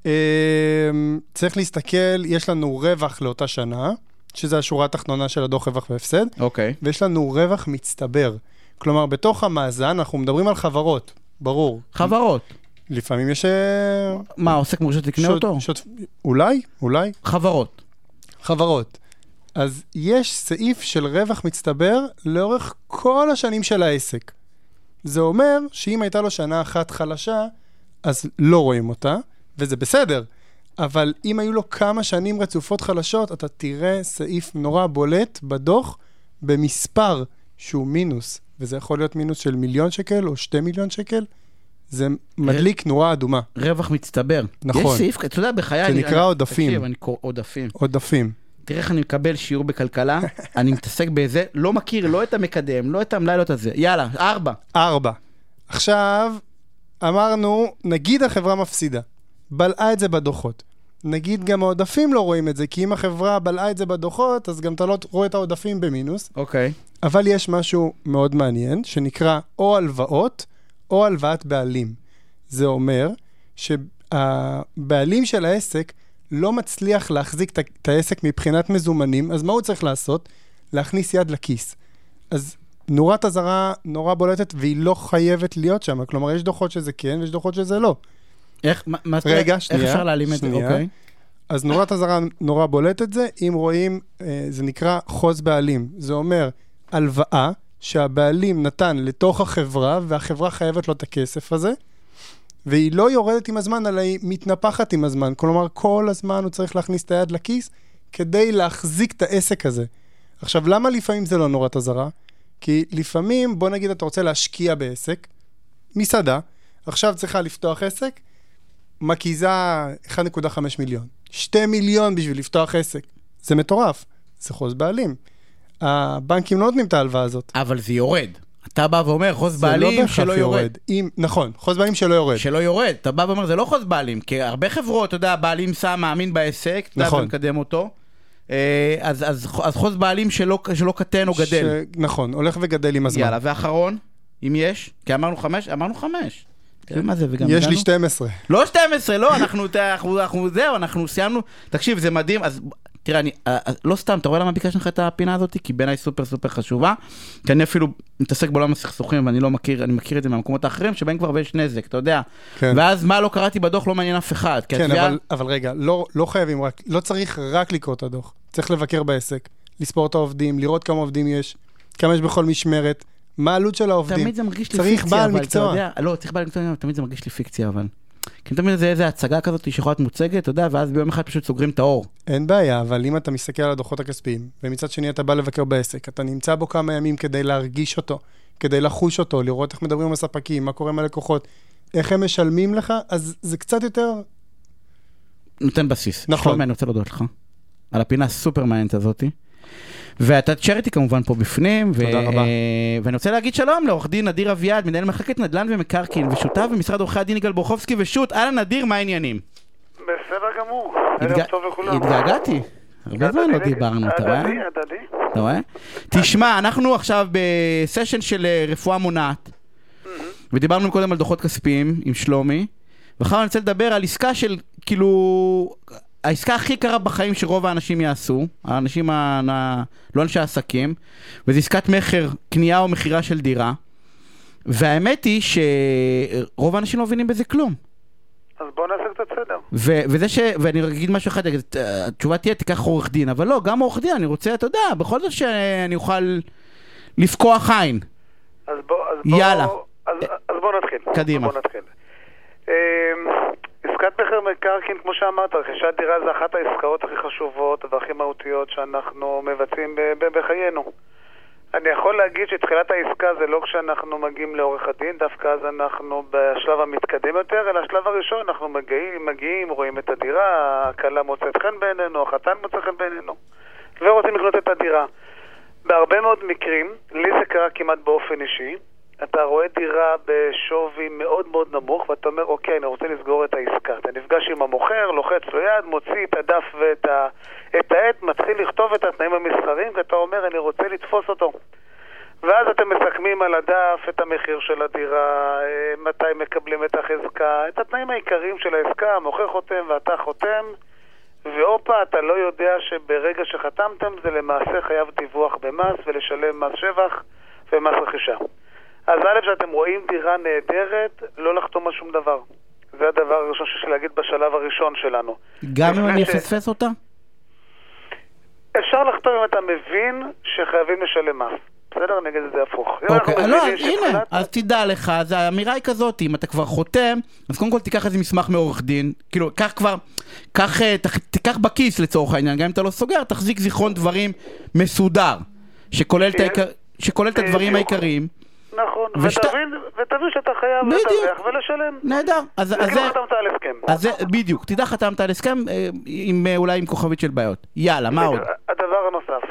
צריך להסתכל, יש לנו רווח לאותה שנה, שזה השורה התחתונה של הדוח רווח והפסד. אוקיי. ויש לנו רווח מצטבר. כלומר, בתוך המאזן אנחנו מדברים על חברות, ברור. חברות. לפעמים יש... מה, עוסק מורשה תקנה שוט, אותו? שוט, אולי, אולי. חברות. חברות. אז יש סעיף של רווח מצטבר לאורך כל השנים של העסק. זה אומר שאם הייתה לו שנה אחת חלשה, אז לא רואים אותה, וזה בסדר. אבל אם היו לו כמה שנים רצופות חלשות, אתה תראה סעיף נורא בולט בדוח במספר שהוא מינוס, וזה יכול להיות מינוס של מיליון שקל או שתי מיליון שקל, זה מדליק נורה אדומה. רווח מצטבר. נכון. יש סעיף, אתה יודע, בחיי... זה נקרא עודפים. תקשיב, אני קורא עודפים. עודפים. תראה איך אני מקבל שיעור בכלכלה, אני מתעסק בזה, לא מכיר, לא את המקדם, לא את המלאי, לא את הזה. יאללה, ארבע. ארבע. עכשיו, אמרנו, נגיד החברה מפסידה. בלעה את זה בדוחות. נגיד גם העודפים לא רואים את זה, כי אם החברה בלעה את זה בדוחות, אז גם אתה לא רואה את העודפים במינוס. אוקיי. אבל יש משהו מאוד מעניין, שנקרא או הלוואות, או הלוואת בעלים. זה אומר שהבעלים של העסק לא מצליח להחזיק את העסק מבחינת מזומנים, אז מה הוא צריך לעשות? להכניס יד לכיס. אז נורת הזרה נורא בולטת, והיא לא חייבת להיות שם. כלומר, יש דוחות שזה כן, ויש דוחות שזה לא. איך, מה, רגע, איך שנייה. איך אפשר להעלים את זה? אוקיי. אז נורת הזרה נורא בולטת זה, אם רואים, זה נקרא חוז בעלים. זה אומר, הלוואה שהבעלים נתן לתוך החברה, והחברה חייבת לו את הכסף הזה, והיא לא יורדת עם הזמן, אלא היא מתנפחת עם הזמן. כלומר, כל הזמן הוא צריך להכניס את היד לכיס, כדי להחזיק את העסק הזה. עכשיו, למה לפעמים זה לא נורת הזרה? כי לפעמים, בוא נגיד, אתה רוצה להשקיע בעסק, מסעדה, עכשיו צריכה לפתוח עסק, מקיזה אחד נקודה חמש מיליון. שתי מיליון בשביל לפתוח עסק. זה מטורף. זה חוז בעלים. הבנקים לא נותנים את ההלוואה הזאת. אבל זה יורד. אתה בא ואומר, חוז בעלים שלא יורד. אם, נכון, חוז בעלים שלא יורד. שלא יורד. אתה בא ואומר, זה לא חוז בעלים, כי הרבה חברות, אתה יודע, בעלים שם, מאמין בעסק, אתה יודע, ומקדם אותו. אז, אז, אז חוז בעלים שלא, שלא קטן או גדל. ש... נכון, הולך וגדל עם הזמן. יאללה, ואחרון, אם יש, כי אמרנו חמש, אמרנו חמש. מה זה, וגם יש לי שתים עשרה. לא שתים עשרה, לא, אנחנו, אנחנו, אנחנו, זהו, אנחנו סיימנו. תקשיב, זה מדהים, אז תראה, אני, לא סתם, אתה רואה למה ביקשנו לך את הפינה הזאת? כי בעיניי סופר סופר חשובה, כי אני אפילו מתעסק בעולם הסכסוכים, ואני לא מכיר, אני מכיר את זה מהמקומות האחרים, שבהם כבר יש נזק, אתה יודע. כן. ואז מה לא קראתי בדוח לא מעניין אף אחד. כן, התביעה... אבל, אבל רגע, לא, לא חייבים רק, לא צריך רק לקרוא את הדוח. צריך לבקר בעסק, לספור את העובדים, לראות כמה עובדים יש, כמה יש בכל משמרת, מה העלות של העובדים. תמיד זה מרגיש לי צריך פיקציה, בעל אבל מקצוע. אתה יודע, לא, צריך בעל מקצוע, תמיד זה מרגיש לי פיקציה, אבל... כי תמיד זה איזה הצגה כזאת שיכולה להיות מוצגת, אתה יודע, ואז ביום אחד פשוט סוגרים את האור. אין בעיה, אבל אם אתה מסתכל על הדוחות הכספיים, ומצד שני אתה בא לבקר בעסק, אתה נמצא בו כמה ימים כדי להרגיש אותו, כדי לחוש אותו, לראות איך מדברים עם הספקים, מה קורה עם הלקוחות, איך הם משלמים לך, אז זה קצת יותר... נותן בסיס. נכון. שלומי, אני רוצה להודות לך על הפינה הסופר מעניינת הזאת. ואתה תשאר איתי כמובן פה בפנים. תודה ו... רבה. ואני רוצה להגיד שלום לעורך דין נדיר אביעד, מנהל מחלקת נדל"ן ומקרקעין, ושותף במשרד עורכי הדין יגאל בורחובסקי ושות. אהלן נדיר, מה העניינים? בסדר גמור. התג... ערב טוב לכולם. התגעגעתי. הרבה זמן לא דיברנו, אתה רואה? הדדי, הדדי. אתה רואה? תשמע, אנחנו עכשיו בסשן של רפואה מונעת, ודיברנו קודם על דוחות כספיים עם שלומי, ואחר אני רוצה לדבר על עסקה של, כאילו, העסקה הכי קרה בחיים שרוב האנשים יעשו, האנשים, ה... לא אנשי העסקים, וזו עסקת מחר, קנייה או מחירה של דירה, והאמת היא שרוב האנשים לא מבינים בזה כלום. אז בואו נעשה קצת סדר. ו- וזה ש... ואני אגיד משהו אחד, התשובה תהיה, תיקח עורך דין, אבל לא, גם עורך דין, אני רוצה, אתה יודע, בכל זאת שאני אוכל לפקוח עין. אז בואו... בוא, יאללה. אז, אז בואו נתחיל. קדימה. בואו נתחיל. עסקת מחר מקרקעין, כמו שאמרת, רכישת דירה זה אחת העסקאות הכי חשובות והכי מהותיות שאנחנו מבצעים ב- ב- בחיינו. אני יכול להגיד שתחילת העסקה זה לא כשאנחנו מגיעים לעורך הדין, דווקא אז אנחנו בשלב המתקדם יותר, אלא השלב הראשון אנחנו מגיעים, מגיעים, רואים את הדירה, הקלה מוצאת חן בעינינו, החתן מוצא חן בעינינו, ורוצים לקנות את הדירה. בהרבה מאוד מקרים, לי זה קרה כמעט באופן אישי, אתה רואה דירה בשווי מאוד מאוד נמוך, ואתה אומר, אוקיי, אני רוצה לסגור את העסקה. אתה נפגש עם המוכר, לוחץ לו יד, מוציא את הדף ואת ה... את העט, מתחיל לכתוב את התנאים המסחריים, ואתה אומר, אני רוצה לתפוס אותו. ואז אתם מסכמים על הדף את המחיר של הדירה, מתי מקבלים את החזקה, את התנאים העיקריים של העסקה, המוכר חותם ואתה חותם, ואופה, אתה לא יודע שברגע שחתמתם זה למעשה חייב דיווח במס ולשלם מס שבח ומס רכישה. אז א', שאתם רואים דירה נהדרת, לא לחתום על שום דבר. זה הדבר הראשון שיש להגיד בשלב הראשון שלנו. גם אם אני אפספס אותה? אפשר לחתום אם אתה מבין שחייבים לשלם מס. בסדר? אני אגיד את זה הפוך. אוקיי, לא, הנה, אז תדע לך, אז האמירה היא כזאת, אם אתה כבר חותם, אז קודם כל תיקח איזה מסמך מעורך דין, כאילו, קח כבר, תיקח בכיס לצורך העניין, גם אם אתה לא סוגר, תחזיק זיכרון דברים מסודר, שכולל את הדברים העיקריים. נכון, ותבין שאתה חייב לדווח ולשלם. נהדר. אז כאילו חתמת על הסכם. בדיוק, תדע חתמת על הסכם, אולי עם כוכבית של בעיות. יאללה, מה עוד? הדבר הנוסף.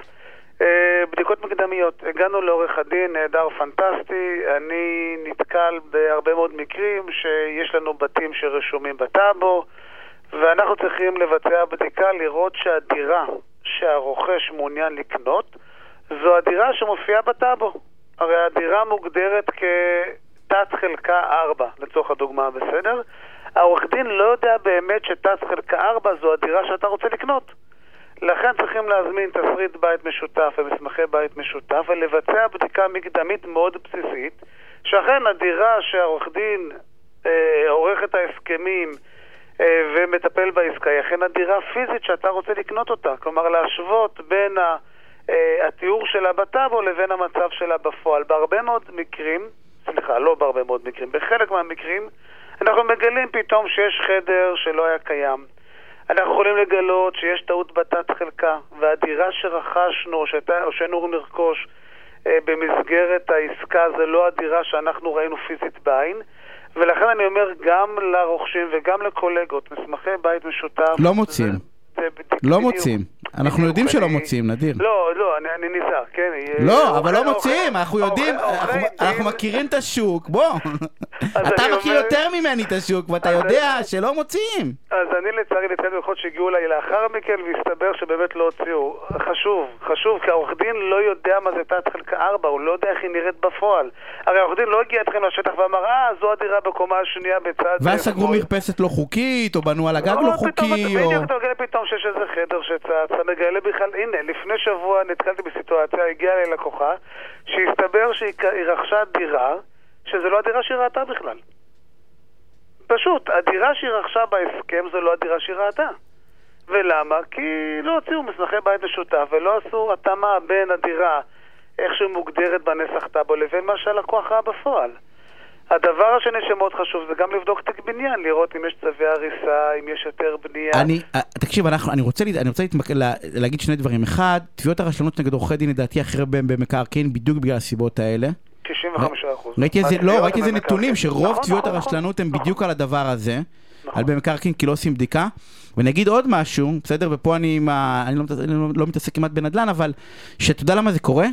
בדיקות מקדמיות, הגענו לעורך הדין, נהדר פנטסטי, אני נתקל בהרבה מאוד מקרים שיש לנו בתים שרשומים בטאבו, ואנחנו צריכים לבצע בדיקה לראות שהדירה שהרוכש מעוניין לקנות זו הדירה שמופיעה בטאבו. הרי הדירה מוגדרת כתת חלקה ארבע, לצורך הדוגמה, בסדר? העורך דין לא יודע באמת שתת חלקה ארבע זו הדירה שאתה רוצה לקנות. לכן צריכים להזמין תסריט בית משותף ומסמכי בית משותף ולבצע בדיקה מקדמית מאוד בסיסית שאכן הדירה שהעורך דין אה, עורך את ההסכמים אה, ומטפל בעסקה היא אכן הדירה פיזית שאתה רוצה לקנות אותה. כלומר להשוות בין ה, אה, התיאור שלה בטאבו לבין המצב שלה בפועל. בהרבה מאוד מקרים, סליחה, לא בהרבה מאוד מקרים, בחלק מהמקרים אנחנו מגלים פתאום שיש חדר שלא היה קיים. אנחנו יכולים לגלות שיש טעות בתת חלקה, והדירה שרכשנו או שהיינו נרכוש אה, במסגרת העסקה זה לא הדירה שאנחנו ראינו פיזית בעין, ולכן אני אומר גם לרוכשים וגם לקולגות, מסמכי בית משותף. לא מוצאים. זה, זה לא מוצאים. אנחנו יודעים שלא מוצאים, נדיר. לא, לא, אני, אני נזהר, כן. לא, אבל לא מוצאים, אנחנו יודעים, אנחנו מכירים את השוק, בוא. אתה מכיר יותר ממני את השוק, ואתה יודע שלא מוצאים. אז אני לצערי לצערי בכל שהגיעו אליי לאחר מכן, והסתבר שבאמת לא הוציאו. חשוב, חשוב, כי העורך דין לא יודע מה זה תת חלקה ארבע, הוא לא יודע איך היא נראית בפועל. הרי העורך דין לא הגיע אתכם לשטח ואמר, אה, זו הדירה בקומה השנייה בצד... ואז סגרו מרפסת לא חוקית, או בנו על הגג לא חוקי, או... בדיוק, אתה מגלה פתאום שיש איזה חדר שצץ, אתה מגלה בכלל, הנה, לפני שבוע נתקלתי בסיטואציה, הגיעה אליי לקוחה, שהסתבר שהיא רכשה דירה, שזה לא הדירה שהיא ראתה בכלל. פשוט, הדירה שהיא רכשה בהסכם זה לא הדירה שהיא ראתה. ולמה? כי לא הוציאו מסמכי בית משותף, ולא עשו התאמה בין הדירה, איך שהיא מוגדרת בנסח טאבו, לבין מה שהלקוח ראה בפועל. הדבר השני שמאוד חשוב זה גם לבדוק תיק בניין, לראות אם יש צווי הריסה, אם יש יותר בנייה. אני, תקשיב, אנחנו, אני רוצה, אני רוצה להתמק, לה, להגיד שני דברים. אחד, תביעות הרשלנות נגד עורכי דין לדעתי הכי הרבה במקרקעין, בדיוק בגלל הסיבות האלה. תשעים וחמישה אחוז. ראיתי איזה, לא, ראיתי איזה נתונים שרוב תביעות הרשלנות הם בדיוק על הדבר הזה, על במקרקעין, כי לא עושים בדיקה. ונגיד עוד משהו, בסדר, ופה אני, אני לא מתעסק כמעט בנדל"ן, אבל שאתה יודע למה זה קורה?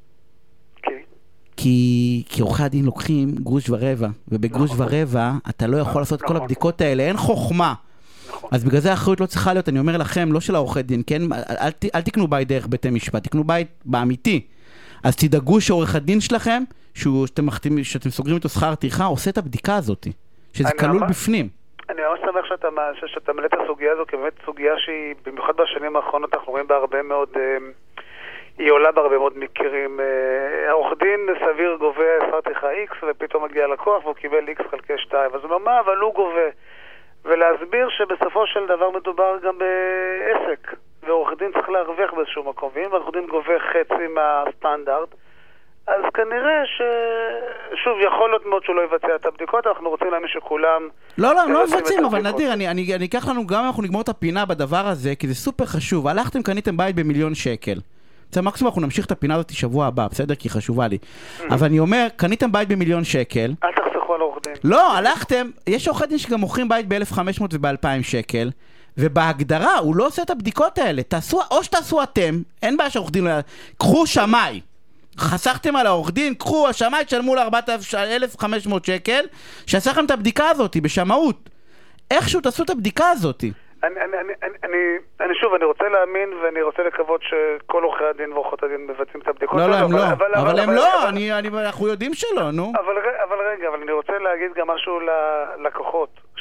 כי, כי עורכי הדין לוקחים גרוש ורבע, ובגרוש ורבע אתה לא יכול לעשות כל הבדיקות האלה, אין חוכמה. אז בגלל זה האחריות לא צריכה להיות, אני אומר לכם, לא של העורכי דין, כן? אל, אל תקנו בית דרך בתי משפט, תקנו בית באמיתי. אז תדאגו שעורך הדין שלכם, שאתם, שאתם סוגרים איתו שכר טרחה, עושה את הבדיקה הזאת, שזה כלול בפנים. אני ממש שמח שאתה, שאתה מלא את הסוגיה הזו, כי באמת סוגיה שהיא, במיוחד בשנים האחרונות, אנחנו רואים בהרבה מאוד... היא עולה בהרבה מאוד מקרים. העורך דין סביר גובה שכר טרחה X ופתאום מגיע לקוח והוא קיבל X חלקי שתיים. אז הוא אומר, מה? אבל הוא גובה. ולהסביר שבסופו של דבר מדובר גם בעסק. ועורך דין צריך להרוויח באיזשהו מקום. ואם העורך דין גובה חצי מהסטנדרט, אז כנראה ש... שוב, יכול להיות מאוד שהוא לא יבצע את הבדיקות, אנחנו רוצים להאמין שכולם... לא, לא, לא מבצעים, אבל נדיר, אני, אני, אני אקח לנו גם אנחנו נגמור את הפינה בדבר הזה, כי זה סופר חשוב. הלכתם, קניתם בית במיליון שקל. זה מקסימום, אנחנו נמשיך את הפינה הזאת שבוע הבא, בסדר? כי היא חשובה לי. אבל אני אומר, קניתם בית במיליון שקל. אל תחסכו על עורך דין. לא, הלכתם, יש עורכי דין שגם מוכרים בית ב-אלף וחמש מאות וב-אלפיים שקל, ובהגדרה הוא לא עושה את הבדיקות האלה. תעשו, או שתעשו אתם, אין בעיה שעורך דין לא... קחו שמאי. חסכתם על העורך דין, קחו, השמאי תשלמו ל-ארבעת אלפים וחמש מאות שקל, שעשה לכם את הבדיקה הזאת בשמאות. איכשהו תעשו את הבדיקה הזאת. אני, אני, אני, אני, אני שוב, אני רוצה להאמין ואני רוצה לקוות שכל עורכי הדין ועורכות הדין מבצעים את הבדיקות. לא, לא, הם לא. אבל, אבל, אבל אבל, הם אבל, לא, אבל, אני, אני, אנחנו יודעים שלא, נו. אבל, אבל רגע, אבל אני רוצה להגיד גם משהו ללקוחות.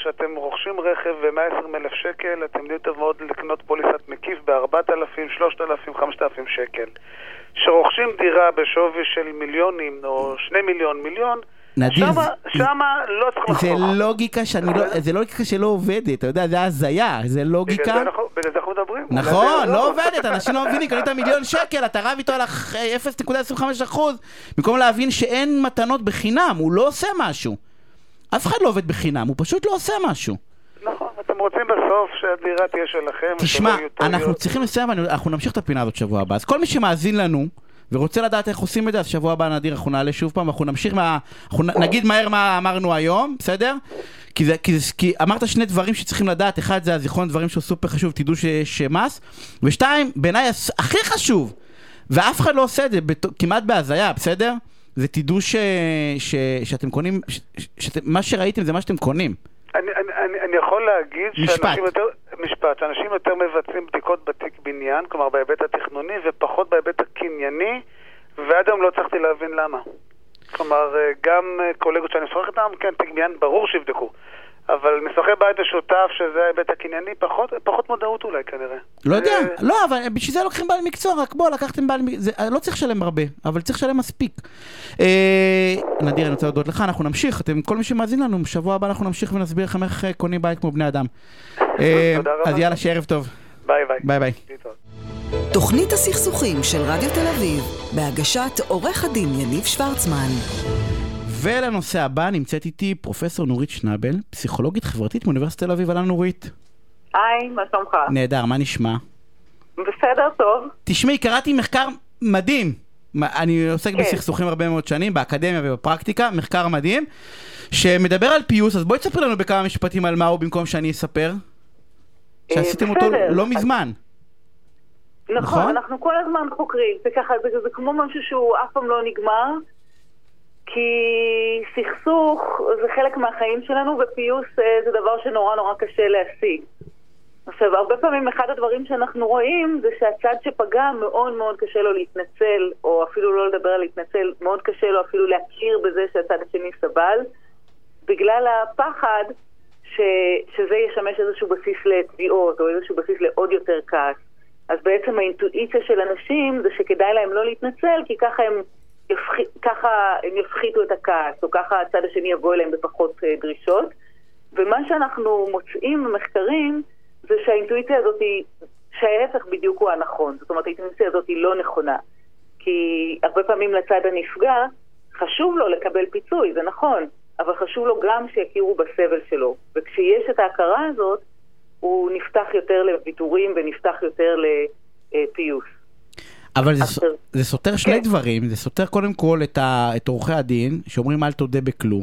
שאתם רוכשים רכב ב-מאה ועשרים אלף שקל, אתם יודעים טוב מאוד לקנות פוליסת מקיף ב-ארבעת אלפים, שלושת אלפים, חמשת אלפים שקל. שרוכשים דירה בשווי של מיליונים או שני מיליון מיליון, נדיר, שמה, שמה לא צריך לחסוך. זה לוגיקה שאני לא, זה לוגיקה שלא עובדת, אתה יודע, זה הזיה, זה לוגיקה. בגלל זה אנחנו, בגלל זה אנחנו מדברים. נכון, לא עובדת, אנשים לא מבינים, קנית מיליון שקל, אתה רב איתו על אפס נקודה עשרים וחמש אחוז, במקום להבין שאין מתנות בחינם, הוא לא עושה משהו. אף אחד לא עובד בחינם, הוא פשוט לא עושה משהו. נכון, אתם רוצים בסוף שהדירה תהיה שלכם. תשמע, אנחנו צריכים לסיים, אנחנו נמשיך את הפינה הזאת שבוע הבא, אז כל מי שמאזין לנו, ורוצה לדעת איך עושים את זה, אז שבוע הבא נדיר, אנחנו נעלה שוב פעם, אנחנו נמשיך מה... אנחנו נגיד מהר מה אמרנו היום, בסדר? כי, זה, כי, זה, כי אמרת שני דברים שצריכים לדעת, אחד זה הזיכרון דברים שהוא סופר חשוב, תדעו שיש מס, ושתיים, בעיניי הכי חשוב, ואף אחד לא עושה את זה, בת... כמעט בהזיה, בסדר? זה תדעו ש... ש... שאתם קונים, ש... ש... מה שראיתם זה מה שאתם קונים. אני, אני, אני, אני יכול להגיד שאנשים יותר, משפט, שאנשים יותר מבצעים בדיקות בתיק בניין, כלומר בהיבט התכנוני ופחות בהיבט הקנייני, ועד היום לא צריכתי להבין למה. כלומר, גם קולגות שאני משוחח איתם, כן, תיק בניין ברור שיבדקו. אבל מסוחי בית משותף, שזה ההיבט הקנייני, פחות, פחות מודעות אולי כנראה. לא יודע, לא, אבל בשביל זה לוקחים בעל מקצוע, רק בוא, לקחתם בעל מקצוע, לא צריך לשלם הרבה, אבל צריך לשלם מספיק. נדיר, אני רוצה להודות לך, אנחנו נמשיך, אתם, כל מי שמאזין לנו, בשבוע הבא אנחנו נמשיך ונסביר לכם איך קונים בית כמו בני אדם. אז יאללה, שערב טוב. ביי ביי. ביי ביי. תוכנית הסכסוכים של רדיו תל אביב, בהגשת עורך הדין יניב שוורצמן. ולנושא הבא נמצאת איתי פרופסור נורית שנבל, פסיכולוגית חברתית מאוניברסיטת תל אביב. אהלן נורית. היי, מה שלומך? נהדר, מה נשמע? בסדר, טוב. תשמעי, קראתי מחקר מדהים. אני עוסק כן. בסכסוכים הרבה מאוד שנים, באקדמיה ובפרקטיקה, מחקר מדהים, שמדבר על פיוס, אז בואי תספר לנו בכמה משפטים על מה הוא במקום שאני אספר. שעשיתם אותו לא מזמן. נכון, נכון, אנחנו כל הזמן חוקרים, זה ככה, זה, זה כמו משהו שהוא אף פעם לא נגמר, כי סכסוך זה חלק מהחיים שלנו, ופיוס זה דבר שנורא נורא קשה להשיג. עכשיו, הרבה פעמים אחד הדברים שאנחנו רואים זה שהצד שפגע מאוד מאוד קשה לו להתנצל, או אפילו לא לדבר על להתנצל, מאוד קשה לו אפילו להכיר בזה שהצד השני סבל, בגלל הפחד ש, שזה ישמש איזשהו בסיס לתביעות, או איזשהו בסיס לעוד יותר כעס. אז בעצם האינטואיציה של אנשים זה שכדאי להם לא להתנצל, כי ככה הם, יפח... ככה הם יפחיתו את הכעס, או ככה הצד השני יבוא אליהם בפחות דרישות. ומה שאנחנו מוצאים במחקרים זה שהאינטואיציה הזאת היא, שההפך בדיוק הוא הנכון. זאת אומרת, האינטואיציה הזאת היא לא נכונה. כי הרבה פעמים לצד הנפגע חשוב לו לקבל פיצוי, זה נכון, אבל חשוב לו גם שיכירו בסבל שלו. וכשיש את ההכרה הזאת, הוא נפתח יותר לוויתורים ונפתח יותר לפיוס. אבל זה, זה סותר שני כן. דברים. זה סותר קודם כל את, ה, את עורכי הדין, שאומרים אל תודה בכלום,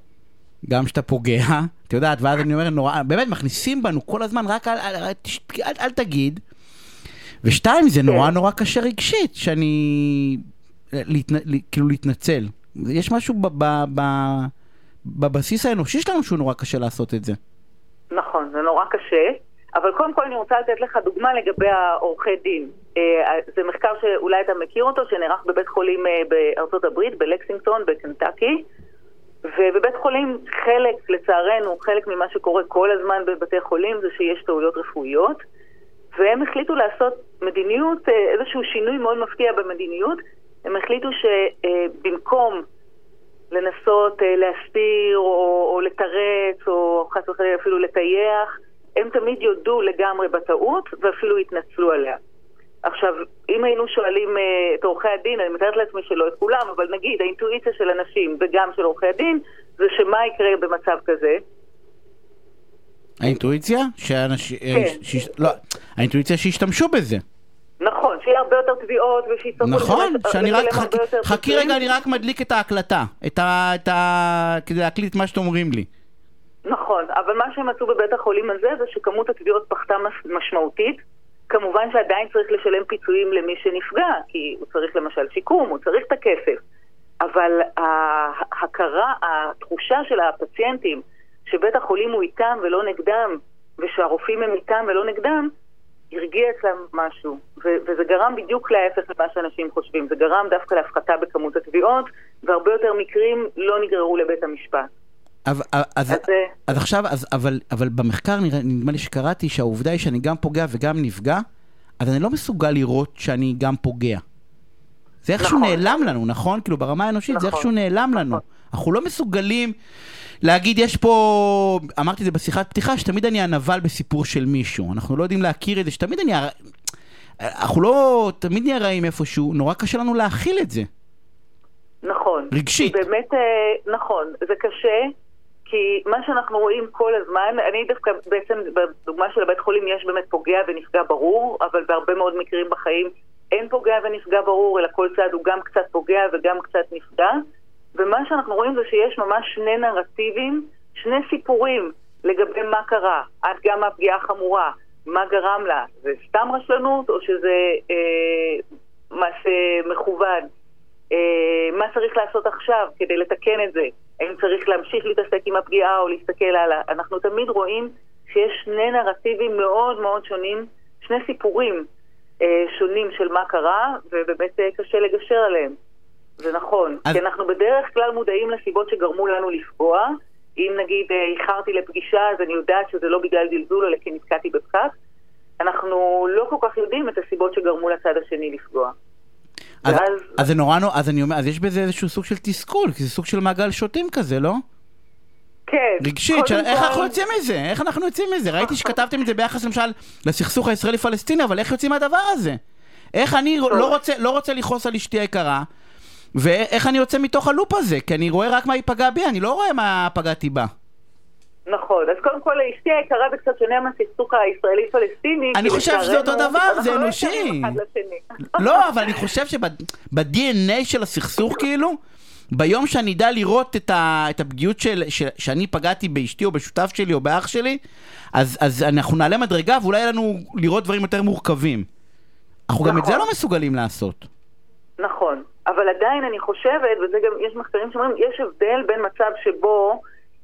גם שאתה פוגע, אתה יודעת, ואז אני אומר, נורא, באמת מכניסים בנו כל הזמן, רק אל, אל, אל, אל, אל תגיד. ושתיים, זה נורא נורא קשה רגשית, שאני, להתנ, כאילו להתנצל. יש משהו ב, ב, ב, בבסיס האנושי שלנו שהוא נורא קשה לעשות את זה. נכון, זה נורא קשה, אבל קודם כל אני רוצה לתת לך דוגמה לגבי העורכי דין. זה מחקר שאולי אתה מכיר אותו, שנערך בבית חולים בארצות הברית, בלקסינגטון, בקנטקי, ובבית חולים חלק, לצערנו, חלק ממה שקורה כל הזמן בבתי חולים זה שיש טעויות רפואיות, והם החליטו לעשות מדיניות, איזשהו שינוי מאוד מפתיע במדיניות. הם החליטו שבמקום לנסות להסתיר או, או לתרץ או חס וחלילה אפילו לטייח, הם תמיד יודו לגמרי בטעות ואפילו התנצלו עליה. עכשיו, אם היינו שואלים את עורכי הדין, אני מתארת לעצמי שלא את כולם, אבל נגיד, האינטואיציה של אנשים וגם של עורכי הדין, זה שמה יקרה במצב כזה? האינטואיציה? שאנשים... כן. ש... לא, האינטואיציה שישתמשו בזה. נכון, שיהיה הרבה יותר תביעות ושיצטרכו... נכון, שאני רק... חכי רגע, אני רק מדליק את ההקלטה, את ה... את ה... כדי להקליט מה שאתם אומרים לי. נכון, אבל מה שהם מצאו בבית החולים הזה, זה שכמות התביעות פחתה משמעותית. כמובן שעדיין צריך לשלם פיצויים למי שנפגע, כי הוא צריך למשל שיקום, הוא צריך את הכסף. אבל ההכרה, התחושה של הפציינטים, שבית החולים הוא איתם ולא נגדם, ושהרופאים הם איתם ולא נגדם, הרגיע אצלם משהו. ו- וזה גרם בדיוק להפך למה שאנשים חושבים. זה גרם דווקא להפחתה בכמות התביעות, והרבה יותר מקרים לא נגררו לבית המשפט. אז, אז, אז עכשיו, אז, אבל, אבל במחקר נדמה לי שקראתי שהעובדה היא שאני גם פוגע וגם נפגע, אז אני לא מסוגל לראות שאני גם פוגע. זה איכשהו נכון. נעלם לנו, נכון? כאילו ברמה האנושית נכון. זה איכשהו נעלם לנו. נכון. אנחנו לא מסוגלים להגיד, יש פה, אמרתי זה בשיחת פתיחה, שתמיד אני הנבל בסיפור של מישהו. אנחנו לא יודעים להכיר את זה, שתמיד אני, אנחנו לא, תמיד נהיה רעים איפשהו, נורא קשה לנו להכיל את זה. נכון. רגשית. באמת, נכון, זה קשה, כי מה שאנחנו רואים כל הזמן, אני דווקא בעצם, בדוגמה של הבית חולים יש באמת פוגע ונפגע ברור, אבל בהרבה מאוד מקרים בחיים אין פוגע ונפגע ברור, אלא כל צד הוא גם קצת פוגע וגם קצת נפגע, ומה שאנחנו רואים זה שיש ממש שני נרטיבים, שני סיפורים לגבי מה קרה, עד גם הפגיעה החמורה, מה גרם לה, זה סתם רשלנות או שזה אה, מעשה מכוון, אה, מה צריך לעשות עכשיו כדי לתקן את זה, האם צריך להמשיך להתעסק עם הפגיעה או להסתכל עליה. אנחנו תמיד רואים שיש שני נרטיבים מאוד מאוד שונים, שני סיפורים אה, שונים של מה קרה, ובאמת אה, קשה לגשר עליהם. זה נכון, אז... כי אנחנו בדרך כלל מודעים לסיבות שגרמו לנו לפגוע. אם נגיד איחרתי לפגישה, אז אני יודעת שזה לא בגלל דלזול, אלא כי נתקעתי בפקק. אנחנו לא כל כך יודעים את הסיבות שגרמו לצד השני לפגוע. אז, ואז... אז זה נורא, אז אני אומר, אז יש בזה איזשהו סוג של תסכול, כי זה סוג של מעגל שוטים כזה, לא? כן. רגשית, של... איך אנחנו יוצאים מזה? איך אנחנו יוצאים מזה? ראיתי שכתבתם את זה ביחס למשל לסכסוך הישראלי-פלסטיני, אבל איך יוצאים מהדבר הזה? איך אני לא רוצה, לא רוצה לכעוס על אשתי היקרה, ואיך אני יוצא מתוך הלופ הזה? כי אני רואה רק מה ייפגע בי, אני לא רואה מה פגעתי בה. נכון, אז קודם כל אשתי היקרה זה קצת שונה מהסכסוך הישראלי-פלסטיני. אני חושב שזה אותו דבר, זה אנושי. לא, אבל אני חושב שב-די אן איי של הסכסוך כאילו, ביום שאני אדע לראות את הפגיעות שאני פגעתי באשתי או בשותף שלי או באח שלי, אז אנחנו נעלה מדרגה ואולי יהיה לנו לראות דברים יותר מורכבים. אנחנו גם את זה לא מסוגלים לעשות. נכון, אבל עדיין אני חושבת, וזה גם יש מחקרים שאומרים, יש הבדל בין מצב שבו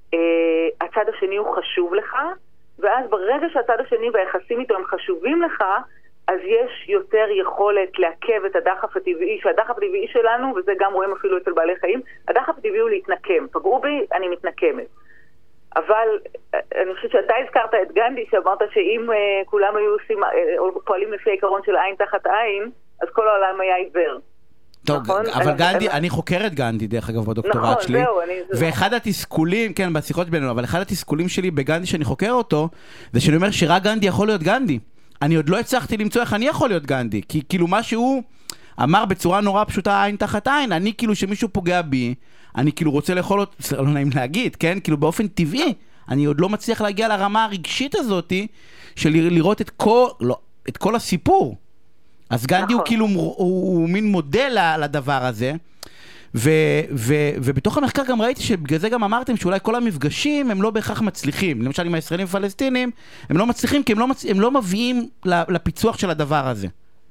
אה, הצד השני הוא חשוב לך, ואז ברגע שהצד השני והיחסים איתו הם חשובים לך, אז יש יותר יכולת לעכב את הדחף הטבעי, שהדחף הטבעי שלנו, וזה גם רואים אפילו אצל בעלי חיים, הדחף הטבעי הוא להתנקם. פגעו בי, אני מתנקמת. אבל אני חושבת שאתה הזכרת את גנדי, שאמרת שאם uh, כולם היו עושים, uh, פועלים לפי העיקרון של עין תחת עין, אז כל העולם היה עיוור. טוב, נכון? אבל אני, גנדי, אני... אני חוקר את גנדי דרך אגב בדוקטורט נכון, שלי. זהו, אני... ואחד התסכולים, כן, בשיחות בינינו, אבל אחד התסכולים שלי בגנדי שאני חוקר אותו, זה שאני אומר שרק גנדי יכול להיות גנדי. אני עוד לא הצלחתי למצוא איך אני יכול להיות גנדי, כי כאילו מה שהוא אמר בצורה נורא פשוטה עין תחת עין, אני כאילו שמישהו פוגע בי, אני כאילו רוצה לאכול אותו, זה לא נעים להגיד, כן? כאילו באופן טבעי, אני עוד לא מצליח להגיע לרמה הרגשית הזאת, של לראות את כל, לא, את כל הסיפור. אז גנדי נכון. הוא כאילו, הוא, הוא מין מודל לדבר הזה, ו, ו, ובתוך המחקר גם ראיתי שבגלל זה גם אמרתם שאולי כל המפגשים הם לא בהכרח מצליחים. למשל עם הישראלים ופלסטינים, הם לא מצליחים כי הם לא, מצ... הם לא מביאים לפיצוח של הדבר הזה.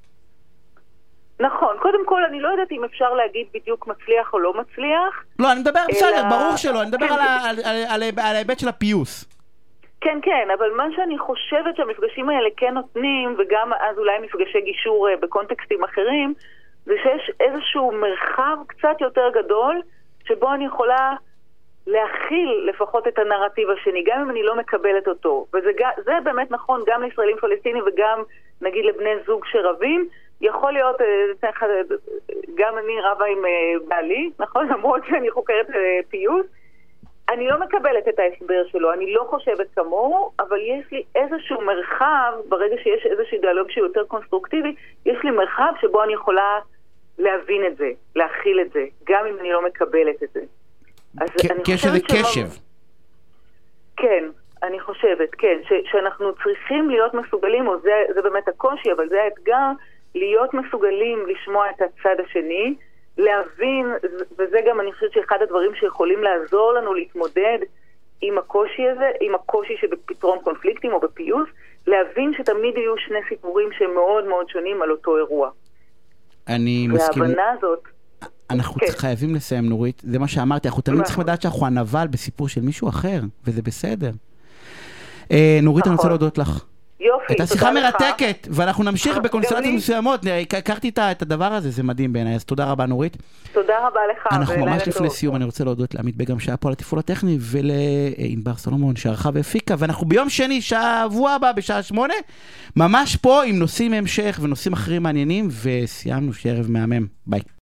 נכון, קודם כל אני לא יודעת אם אפשר להגיד בדיוק מצליח או לא מצליח. לא, אני מדבר, אלא... בסדר, ברור שלא, אני מדבר כן, על, על, על, על, על ההיבט של הפיוס. כן, כן, אבל מה שאני חושבת שהמפגשים האלה כן נותנים, וגם אז אולי מפגשי גישור בקונטקסטים אחרים, זה שיש איזשהו מרחב קצת יותר גדול, שבו אני יכולה להכיל לפחות את הנרטיב השני, גם אם אני לא מקבלת אותו. וזה זה באמת נכון גם לישראלים פלסטינים וגם נגיד לבני זוג שרבים, יכול להיות, גם אני רבה עם בעלי, נכון? למרות שאני חוקרת פיוס, אני לא מקבלת את ההסבר שלו, אני לא חושבת כמוהו, אבל יש לי איזשהו מרחב, ברגע שיש איזשהו דיאלוג שהוא יותר קונסטרוקטיבי, יש לי מרחב שבו אני יכולה להבין את זה, להכיל את זה, גם אם אני לא מקבלת את זה. כי יש איזה קשב. כן, אני חושבת, כן, שאנחנו צריכים להיות מסוגלים, או זה באמת הקושי, אבל זה האתגר, להיות מסוגלים לשמוע את הצד השני, להבין, וזה גם אני חושבת שאחד הדברים שיכולים לעזור לנו להתמודד עם הקושי הזה, עם הקושי שבפתרון קונפליקטים או בפיוס, להבין שתמיד יהיו שני סיפורים שהם מאוד מאוד שונים על אותו אירוע. אני מסכים. וההבנה הזאת... אנחנו כן. חייבים לסיים, נורית. זה מה שאמרתי, אנחנו תמיד צריכים לדעת שאנחנו הנבל בסיפור של מישהו אחר, וזה בסדר. אה, נורית, נכון. אני רוצה להודות לך. יופי, הייתה שיחה תודה לך. מרתקת, ואנחנו נמשיך גם בקונסטלציות לי. מסוימות. הכרתי את ה- את הדבר הזה, זה מדהים בעיניי, אז תודה רבה נורית. תודה רבה לך. אנחנו ולילה ממש טוב. לפני סיום, אני רוצה להודות לעמית בגם שהיה פה על התפעול הטכני, ולענבר סולומון שערכה והפיקה, ואנחנו ביום שני, שבוע הבא בשעה שמונה, ממש פה עם נושאים המשך ונושאים אחרים מעניינים, וסיימנו שערב מהמם. ביי.